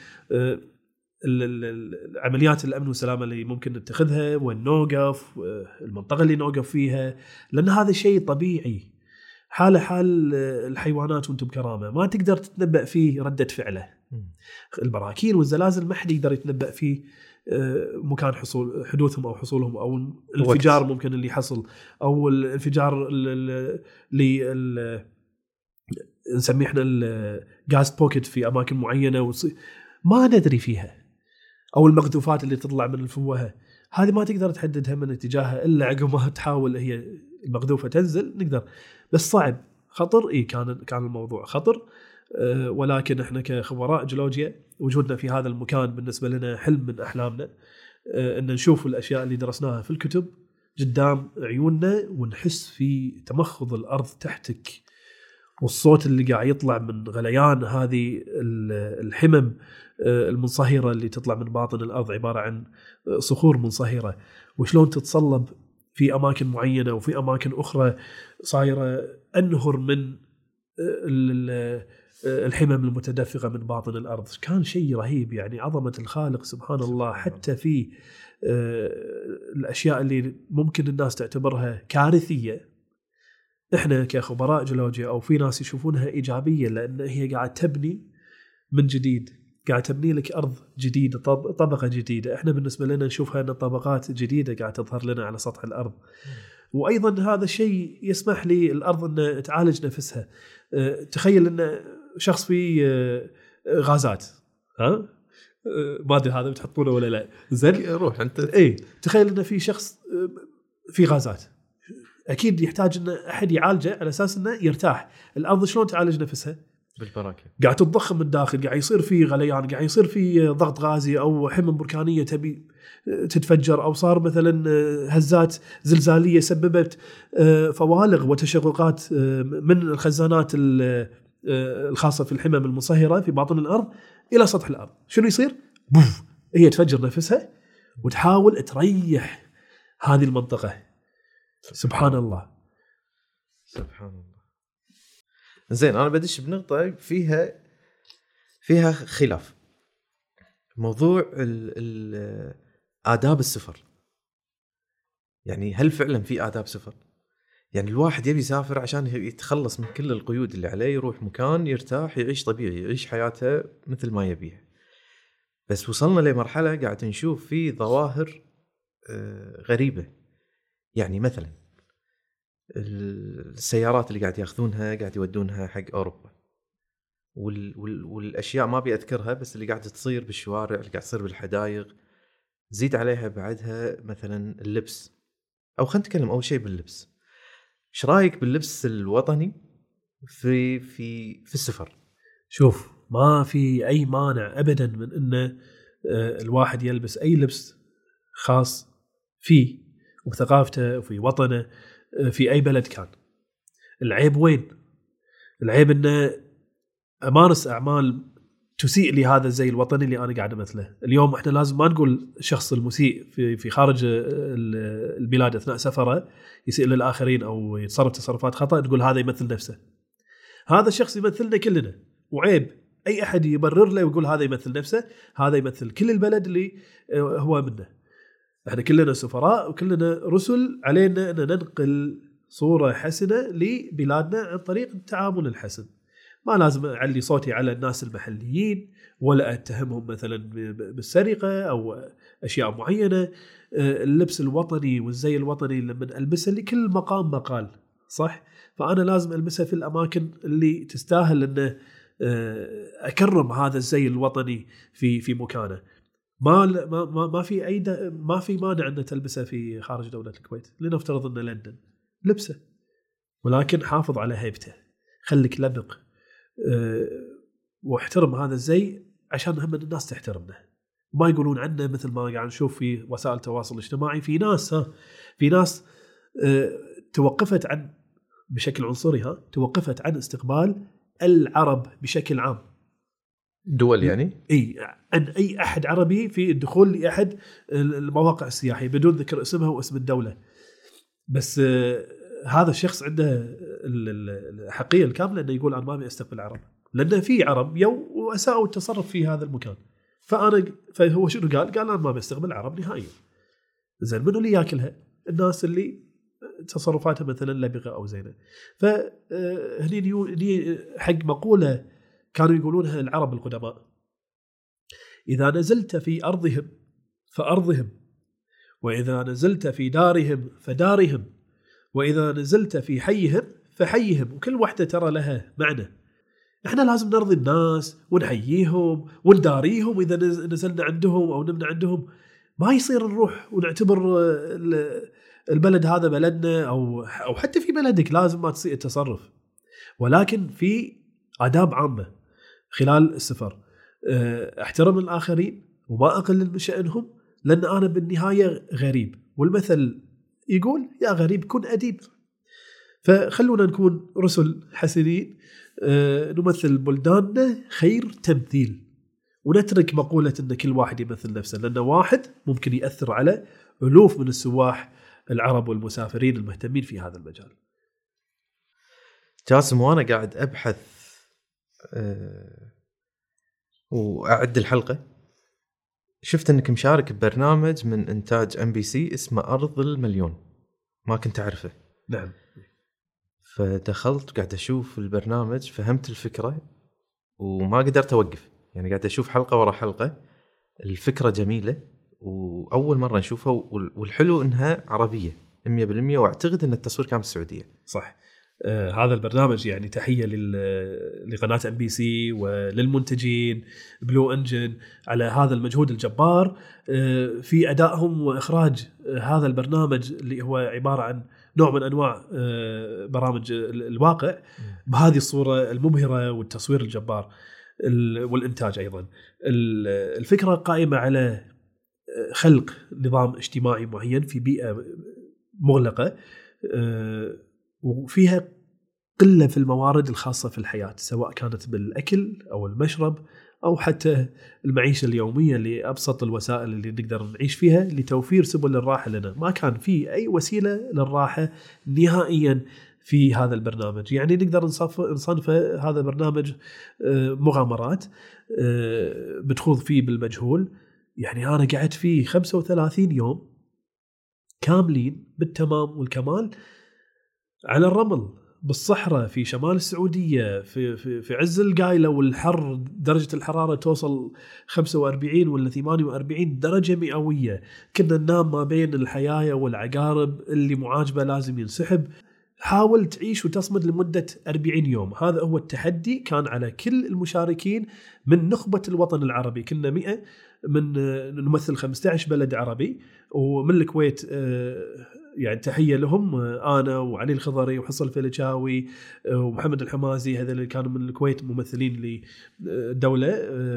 S1: العمليات الامن والسلامه اللي ممكن نتخذها، وين نوقف، المنطقه اللي نوقف فيها، لان هذا شيء طبيعي حاله حال الحيوانات وانتم بكرامه، ما تقدر تتنبأ فيه رده فعله. البراكين والزلازل ما حد يقدر يتنبأ فيه مكان حصول حدوثهم او حصولهم، او الانفجار ممكن اللي يحصل، او الانفجار اللي نسميه احنا الغاز بوكيت في اماكن معينه ما ندري فيها، او المقذوفات اللي تطلع من الفوهه هذه ما تقدر تحددها من اتجاهها الا عقب ما تحاول هي المقذوفه تنزل نقدر. بس صعب خطر، اي كان كان الموضوع خطر. أه ولكن احنا كخبراء جيولوجيا وجودنا في هذا المكان بالنسبه لنا حلم من احلامنا. أه ان نشوف الاشياء اللي درسناها في الكتب قدام عيوننا، ونحس في تمخض الارض تحتك، والصوت اللي قاعد يطلع من غليان هذه الحمم المنصهرة اللي تطلع من باطن الأرض، عبارة عن صخور منصهرة، وشلون تتصلب في أماكن معينة وفي أماكن أخرى صايرة أنهر من الحمم المتدفقة من باطن الأرض. كان شيء رهيب، يعني عظمة الخالق سبحان الله. حتى في الأشياء اللي ممكن الناس تعتبرها كارثية، إحنا كخبراء جيولوجيا أو في ناس يشوفونها إيجابية، لأن هي قاعد تبني من جديد، قاعد تبني لك أرض جديدة، طبقة جديدة. إحنا بالنسبة لنا نشوفها أن طبقات جديدة قاعد تظهر لنا على سطح الأرض. وأيضا هذا الشيء يسمح لي الأرض أن تعالج نفسها. تخيل أن شخص فيه غازات، ها ما أدري هذا بتحطونه ولا لا، زين
S2: روح أنت.
S1: إيه، تخيل أن في شخص في غازات، أكيد يحتاج أن أحد يعالجه على أساس أنه يرتاح. الأرض شلون تعالج نفسها؟
S2: بالبراكين
S1: قاعد تتضخم من الداخل، قاعد يصير في غليان، قاعد يصير في ضغط غازي او حمم بركانيه تبي تتفجر، او صار مثلا هزات زلزاليه سببت فوالغ وتشققات من الخزانات الخاصه في الحمم المصهره في باطن الارض الى سطح الارض. شنو يصير؟ بوف، هي تفجر نفسها وتحاول تريح هذه المنطقه. سبحان الله
S2: سبحان الله. زين، انا بدش بنقطه فيها فيها خلاف، موضوع ال ال آداب السفر. يعني هل فعلا في آداب سفر؟ يعني الواحد يبي يسافر عشان يتخلص من كل القيود اللي عليه، يروح مكان يرتاح، يعيش طبيعي، يعيش حياته مثل ما يبيها. بس وصلنا لمرحلة قاعد نشوف في ظواهر غريبة. يعني مثلا السيارات اللي قاعد ياخذونها قاعد يودونها حق أوروبا، وال وال والأشياء ما بيذكرها، بس اللي قاعد تصير بالشوارع، اللي قاعد تصير بالحدائق. زيد عليها بعدها مثلا اللبس، أو خلينا نتكلم أول شيء باللبس. إيش رأيك باللبس الوطني في في في السفر؟
S1: شوف، ما في أي مانع أبدا من إنه الواحد يلبس أي لبس خاص فيه وبثقافته وفي وطنه في أي بلد كان. العيب وين؟ العيب إنه أمارس أعمال تسيء لهذا الزي الوطني اللي أنا قاعد أمثله. اليوم إحنا لازم ما نقول شخص المسيء في في خارج البلاد أثناء سفره يسيء للآخرين أو يتصرف تصرفات خطأ نقول هذا يمثل نفسه. هذا الشخص يمثلنا كلنا، وعيب أي أحد يبرر له ويقول هذا يمثل نفسه. هذا يمثل كل البلد اللي هو منه. إحنا كلنا سفراء وكلنا رسل، علينا أن ننقل صورة حسنة لبلادنا عن طريق التعامل الحسن. ما لازم أعلي صوتي على الناس المحليين ولا أتهمهم مثلا بالسرقة أو أشياء معينة. اللبس الوطني والزي الوطني لما ألبسه لكل مقام مقال، صح؟ فأنا لازم ألبسها في الأماكن اللي تستاهل أن أكرم هذا الزي الوطني في في مكانه. ما ما ما في أي ما في مانع أن تلبسه في خارج دولة الكويت. لنفترض أن لندن، لبسه، ولكن حافظ على هيبته، خليك لبق أه واحترم هذا الزي عشان هم الناس تحترمنا، ما يقولون عنه مثل ما قاعد نشوف في وسائل التواصل الاجتماعي. في ناس ها في ناس أه توقفت عن بشكل عنصري ها توقفت عن استقبال العرب بشكل عام،
S2: دول يعني
S1: اي عن اي احد عربي في الدخول لاحد المواقع السياحيه بدون ذكر اسمها واسم الدوله. بس أه هذا الشخص عنده الحقيقة الكاملة أنه يقول أنا ما أبي أستقبل العرب، لأنه في عرب يو وأساءوا التصرف في هذا المكان. فأنا فهو شنو قال؟ قال أنا ما أبي أستقبل العرب نهائيا. زين، منو اللي يأكلها؟ الناس اللي تصرفاتها مثلا لبغة أو زينة. فهني حق مقولة كانوا يقولونها العرب القدماء: إذا نزلت في أرضهم فأرضهم، وإذا نزلت في دارهم فدارهم، وإذا نزلت في حيهم فحيهم. وكل واحدة ترى لها معنى. إحنا لازم نرضي الناس ونحييهم ونداريهم إذا نزلنا عندهم أو نمنا عندهم. ما يصير نروح ونعتبر البلد هذا بلدنا أو أو حتى في بلدك لازم ما تسيء التصرف. ولكن في آداب عامة خلال السفر. احترم الآخرين وما أقلل من شأنهم، لأن أنا بالنهاية غريب، والمثل يقول يا غريب كن أديب. فخلونا نكون رسل حسنين، أه نمثل بلداننا خير تمثيل، ونترك مقولة أن كل واحد يمثل نفسه، لأن واحد ممكن يأثر على ألوف من السواح العرب والمسافرين المهتمين في هذا المجال.
S2: جاسم، وأنا قاعد أبحث أه وأعد الحلقة، شفت أنك مشارك ببرنامج من إنتاج إم بي سي اسمه أرض المليون، ما كنت أعرفه.
S1: نعم.
S2: فدخلت قاعد أشوف البرنامج، فهمت الفكرة وما قدرت أوقف. يعني قاعد أشوف حلقة ورا حلقة. الفكرة جميلة وأول مرة نشوفها، والحلو إنها عربية مية بالمية، وأعتقد أن التصوير كان في السعودية.
S1: صح. آه هذا البرنامج يعني تحية لقناة ام بي سي وللمنتجين بلو انجن على هذا المجهود الجبار آه في أدائهم وإخراج آه هذا البرنامج اللي هو عبارة عن نوع من أنواع آه برامج الواقع بهذه الصورة المبهرة والتصوير الجبار والإنتاج. أيضا الفكرة قائمة على خلق نظام اجتماعي معين في بيئة مغلقة وفيها قلة في الموارد الخاصة في الحياة، سواء كانت بالأكل أو المشرب أو حتى المعيشة اليومية لأبسط الوسائل اللي نقدر نعيش فيها لتوفير سبل الراحة لنا. ما كان في أي وسيلة للراحة نهائيا في هذا البرنامج. يعني نقدر نصنف هذا برنامج مغامرات بتخوض فيه بالمجهول. يعني أنا قعدت فيه خمسة وثلاثين يوم كاملين بالتمام والكمال على الرمل بالصحراء في شمال السعودية في, في, في عز القايلة والحر، درجة الحرارة توصل خمسة وأربعين ولا ثمانية وأربعين درجة مئوية. كنا ننام ما بين الحياة والعقارب، اللي معاجبة لازم ينسحب. حاول تعيش وتصمد لمدة أربعين يوم. هذا هو التحدي كان على كل المشاركين من نخبة الوطن العربي. كنا مئة من نمثل خمسة عشر بلد عربي، ومن الكويت يعني تحية لهم أنا وعلي الخضري وحصل الفلشاوي ومحمد الحمازي، هذا اللي كانوا من الكويت ممثلين للدولة.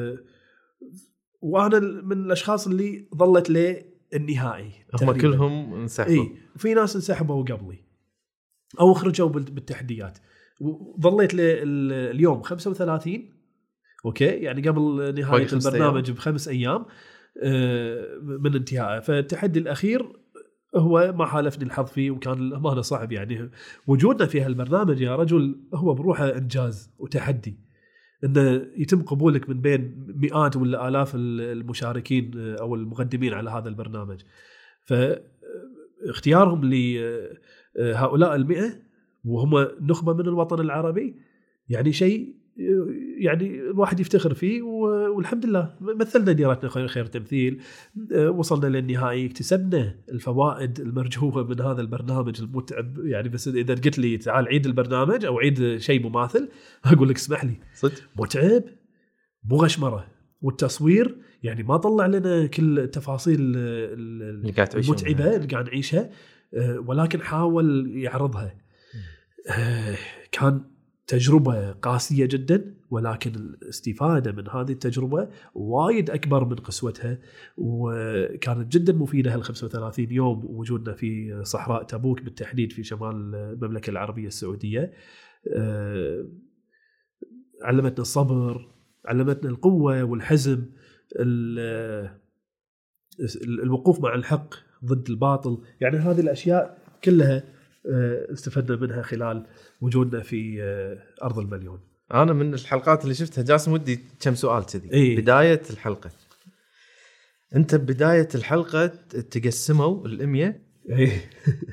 S1: وأنا من الأشخاص اللي ظلت للنهائي.
S2: هم كلهم انسحبوا.
S1: إيه، في ناس انسحبوا قبلي أو خرجوا بالتحديات. وظليت لليوم خمسة وثلاثين أوكي، يعني قبل نهاية البرنامج بخمس أيام من انتهائه. فالتحدي الأخير هو ما حالفني الحظ فيه، وكان الأمانة صعب. يعني وجودنا في هالبرنامج يا رجل هو بروحه إنجاز وتحدي، إنه يتم قبولك من بين مئات ولا آلاف المشاركين أو المقدمين على هذا البرنامج. فاختيارهم لهؤلاء المئة وهم نخبة من الوطن العربي يعني شيء يعني الواحد يفتخر فيه. والحمد لله مثلنا ديرتنا خير, خير تمثيل، وصلنا للنهائي، اكتسبنا الفوائد المرجوة من هذا البرنامج المتعب. يعني بس إذا قلت لي تعال عيد البرنامج أو عيد شيء مماثل أقول لك اسمح لي
S2: صدق
S1: متعب مو غشمرة. والتصوير يعني ما طلع لنا كل التفاصيل المتعبة اللي قاعد نعيشها، ولكن حاول يعرضها. كان تجربة قاسية جدا، ولكن الاستفادة من هذه التجربة وايد أكبر من قسوتها، وكانت جدا مفيدة هال خمسة وثلاثين يوم وجودنا في صحراء تبوك بالتحديد في شمال المملكة العربية السعودية. علمتنا الصبر، علمتنا القوة والحزم، الوقوف مع الحق ضد الباطل. يعني هذه الأشياء كلها استفدنا منها خلال وجودنا في أرض المليون.
S2: أنا من الحلقات اللي شفتها جاسم ودي كم سؤال كذي.
S1: إيه؟
S2: بداية الحلقة أنت بداية الحلقة تقسموا الأمية
S1: إيه؟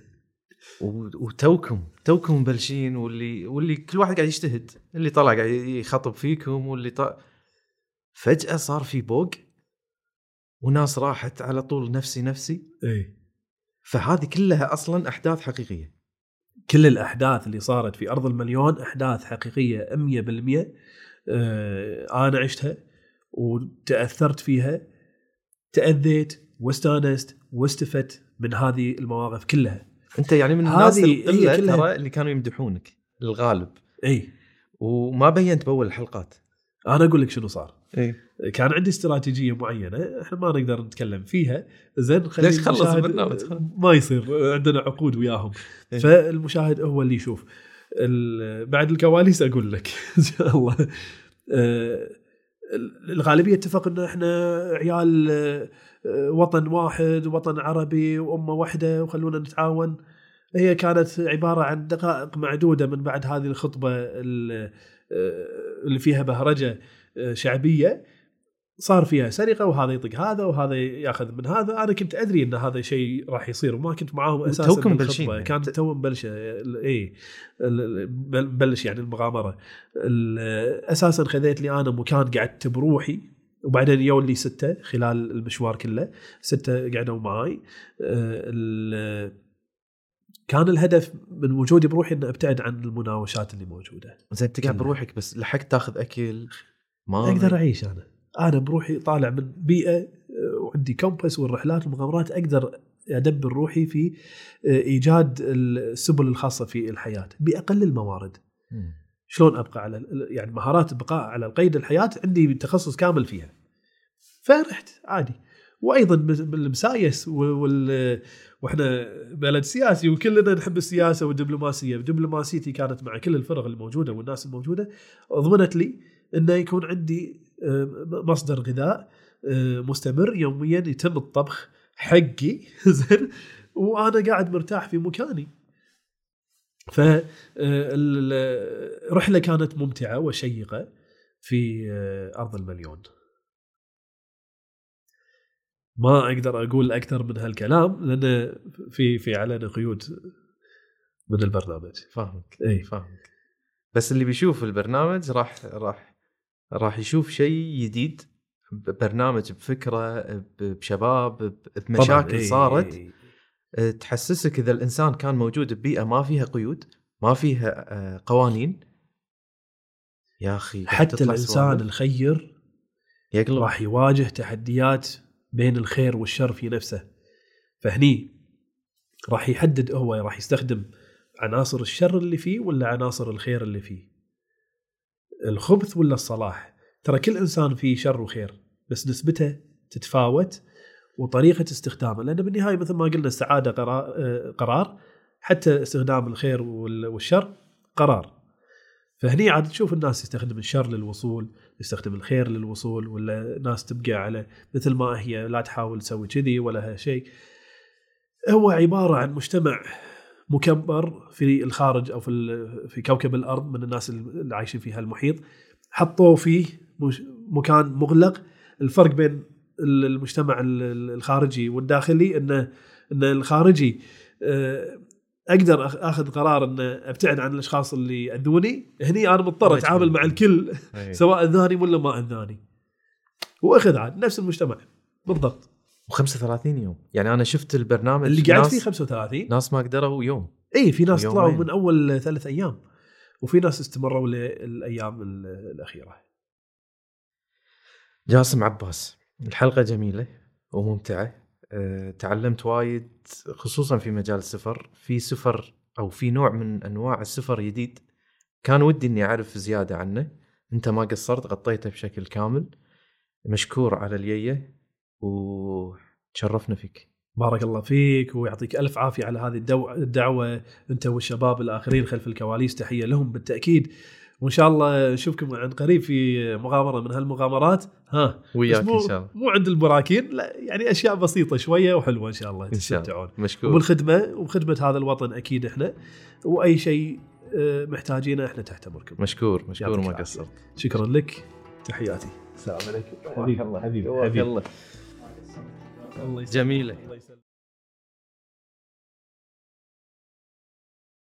S2: وتوكم توكم مبلشين، واللي واللي كل واحد قاعد يجتهد، اللي طلع قاعد يخطب فيكم واللي طلع فجأة صار في بوق وناس راحت على طول نفسي نفسي.
S1: إيه؟
S2: فهذه كلها أصلا أحداث حقيقية.
S1: كل الأحداث اللي صارت في أرض المليون أحداث حقيقية مية بالمية. آه أنا عشتها وتأثرت فيها، تأذيت واستانست واستفدت من هذه المواقف كلها.
S2: أنت يعني من الناس القلة ترى اللي كانوا يمدحونك الغالب.
S1: أي،
S2: وما بينت بأول الحلقات.
S1: أنا أقول لك شنو صار.
S2: إيه؟
S1: كان عندي استراتيجية معينة احنا ما نقدر نتكلم فيها، زين
S2: ليش خلص البرنامج
S1: ما يصير عندنا عقود وياهم. إيه؟ فالمشاهد هو اللي يشوف بعد الكواليس. أقول لك إن شاء الله الغالبية اتفق إن احنا عيال وطن واحد، وطن عربي وأمة واحدة، وخلونا نتعاون. هي كانت عبارة عن دقائق معدودة من بعد هذه الخطبة اللي فيها بهرجة شعبية، صار فيها سرقة، وهذا يطق هذا وهذا ياخذ من هذا. أنا كنت أدري أن هذا شيء راح يصير وما كنت معاهم أساساً بالخطبة. يعني. كانت تو مبلشة إيه بلش يعني المغامرة. أساساً خذيت لي أنا مكان قعدت بروحي، وبعدين يوم لي ستة خلال المشوار كله، ستة قعدوا معاي. كان الهدف من وجودي بروحي ان ابتعد عن المناوشات اللي موجوده.
S2: زين انت قاعد بروحك بس لحقت تاخذ اكل ما
S1: اقدر اعيش انا انا بروحي طالع من بيئه وعندي كومباس والرحلات والمغامرات، اقدر ادبر روحي في ايجاد السبل الخاصه في الحياه باقل الموارد. م. شلون ابقى على يعني مهارات البقاء على القيد الحياه عندي تخصص كامل فيها، فرحت عادي. وايضا بالمسايس وال واحنا بلد سياسي وكلنا نحب السياسه والدبلوماسيه، دبلوماسيتي كانت مع كل الفرق الموجوده والناس الموجوده ضمنت لي انه يكون عندي مصدر غذاء مستمر يوميا يتم الطبخ حقي زين وانا قاعد مرتاح في مكاني. فالرحله كانت ممتعه وشيقه في ارض المليون. ما اقدر اقول اكثر من هالكلام لان في في علينا قيود من البرنامج.
S2: فاهمك
S1: اي
S2: فاهمك. بس اللي بيشوف البرنامج راح راح راح يشوف شيء جديد، برنامج بفكره بشباب بمشاكل
S1: إيه
S2: صارت
S1: إيه.
S2: تحسسك اذا الانسان كان موجود ببيئه ما فيها قيود ما فيها قوانين يا اخي
S1: حتى الانسان الخير
S2: يقلب
S1: راح يواجه تحديات بين الخير والشر في نفسه. فهني راح يحدد هو راح يستخدم عناصر الشر اللي فيه ولا عناصر الخير اللي فيه، الخبث ولا الصلاح. ترى كل إنسان فيه شر وخير بس نسبته تتفاوت وطريقة استخدامه، لأن بالنهاية مثل ما قلنا السعادة قرار، حتى استخدام الخير والشر قرار. فهني عاد تشوف الناس يستخدم الشر للوصول، يستخدم الخير للوصول، ولا ناس تبقى على مثل ما هي لا تحاول تسوي كذي ولا شيء. هو عبارة عن مجتمع مكبر في الخارج أو في في كوكب الأرض من الناس اللي عايشين في هالمحيط، حطوه فيه مكان مغلق. الفرق بين المجتمع الخارجي والداخلي إن إن الخارجي أقدر أخذ قرار إن أبتعد عن الأشخاص اللي يأذوني، هني أنا مضطر أتعامل مع الكل سواء أذاني ولا ما أذاني، وأخذ عاد نفس المجتمع بالضبط.
S2: وخمسة وثلاثين يوم يعني أنا شفت البرنامج
S1: اللي قاعد فيه خمسة وثلاثين
S2: ناس ما قدروا يوم.
S1: اي في ناس طلعوا من اول ثلاث ايام وفي ناس استمروا للايام الاخيره.
S2: جاسم عباس، الحلقه جميله وممتعه، أه، تعلمت وايد خصوصا في مجال السفر. في سفر او في نوع من انواع السفر جديد كان ودي اني اعرف زياده عنه، انت ما قصرت غطيته بشكل كامل. مشكور على الييه وتشرفنا فيك.
S1: بارك الله فيك ويعطيك ألف عافية على هذه الدعوة أنت والشباب الآخرين خلف الكواليس، تحية لهم بالتأكيد. وإن شاء الله نشوفكم عن قريب في مغامرة من هالمغامرات. ها
S2: وياك إن شاء الله.
S1: مو عند البراكين لا، يعني أشياء بسيطة شوية وحلوة إن شاء الله
S2: تستمتعون. مشكور.
S1: وبالخدمة وبخدمة هذا الوطن أكيد إحنا، وأي شيء محتاجينه إحنا تحت أمركم.
S2: مشكور مشكور ما قصرت.
S1: شكرا لك، تحياتي. السلام عليكم.
S2: حبيبي حبيبي حبيبي الله. جميلة.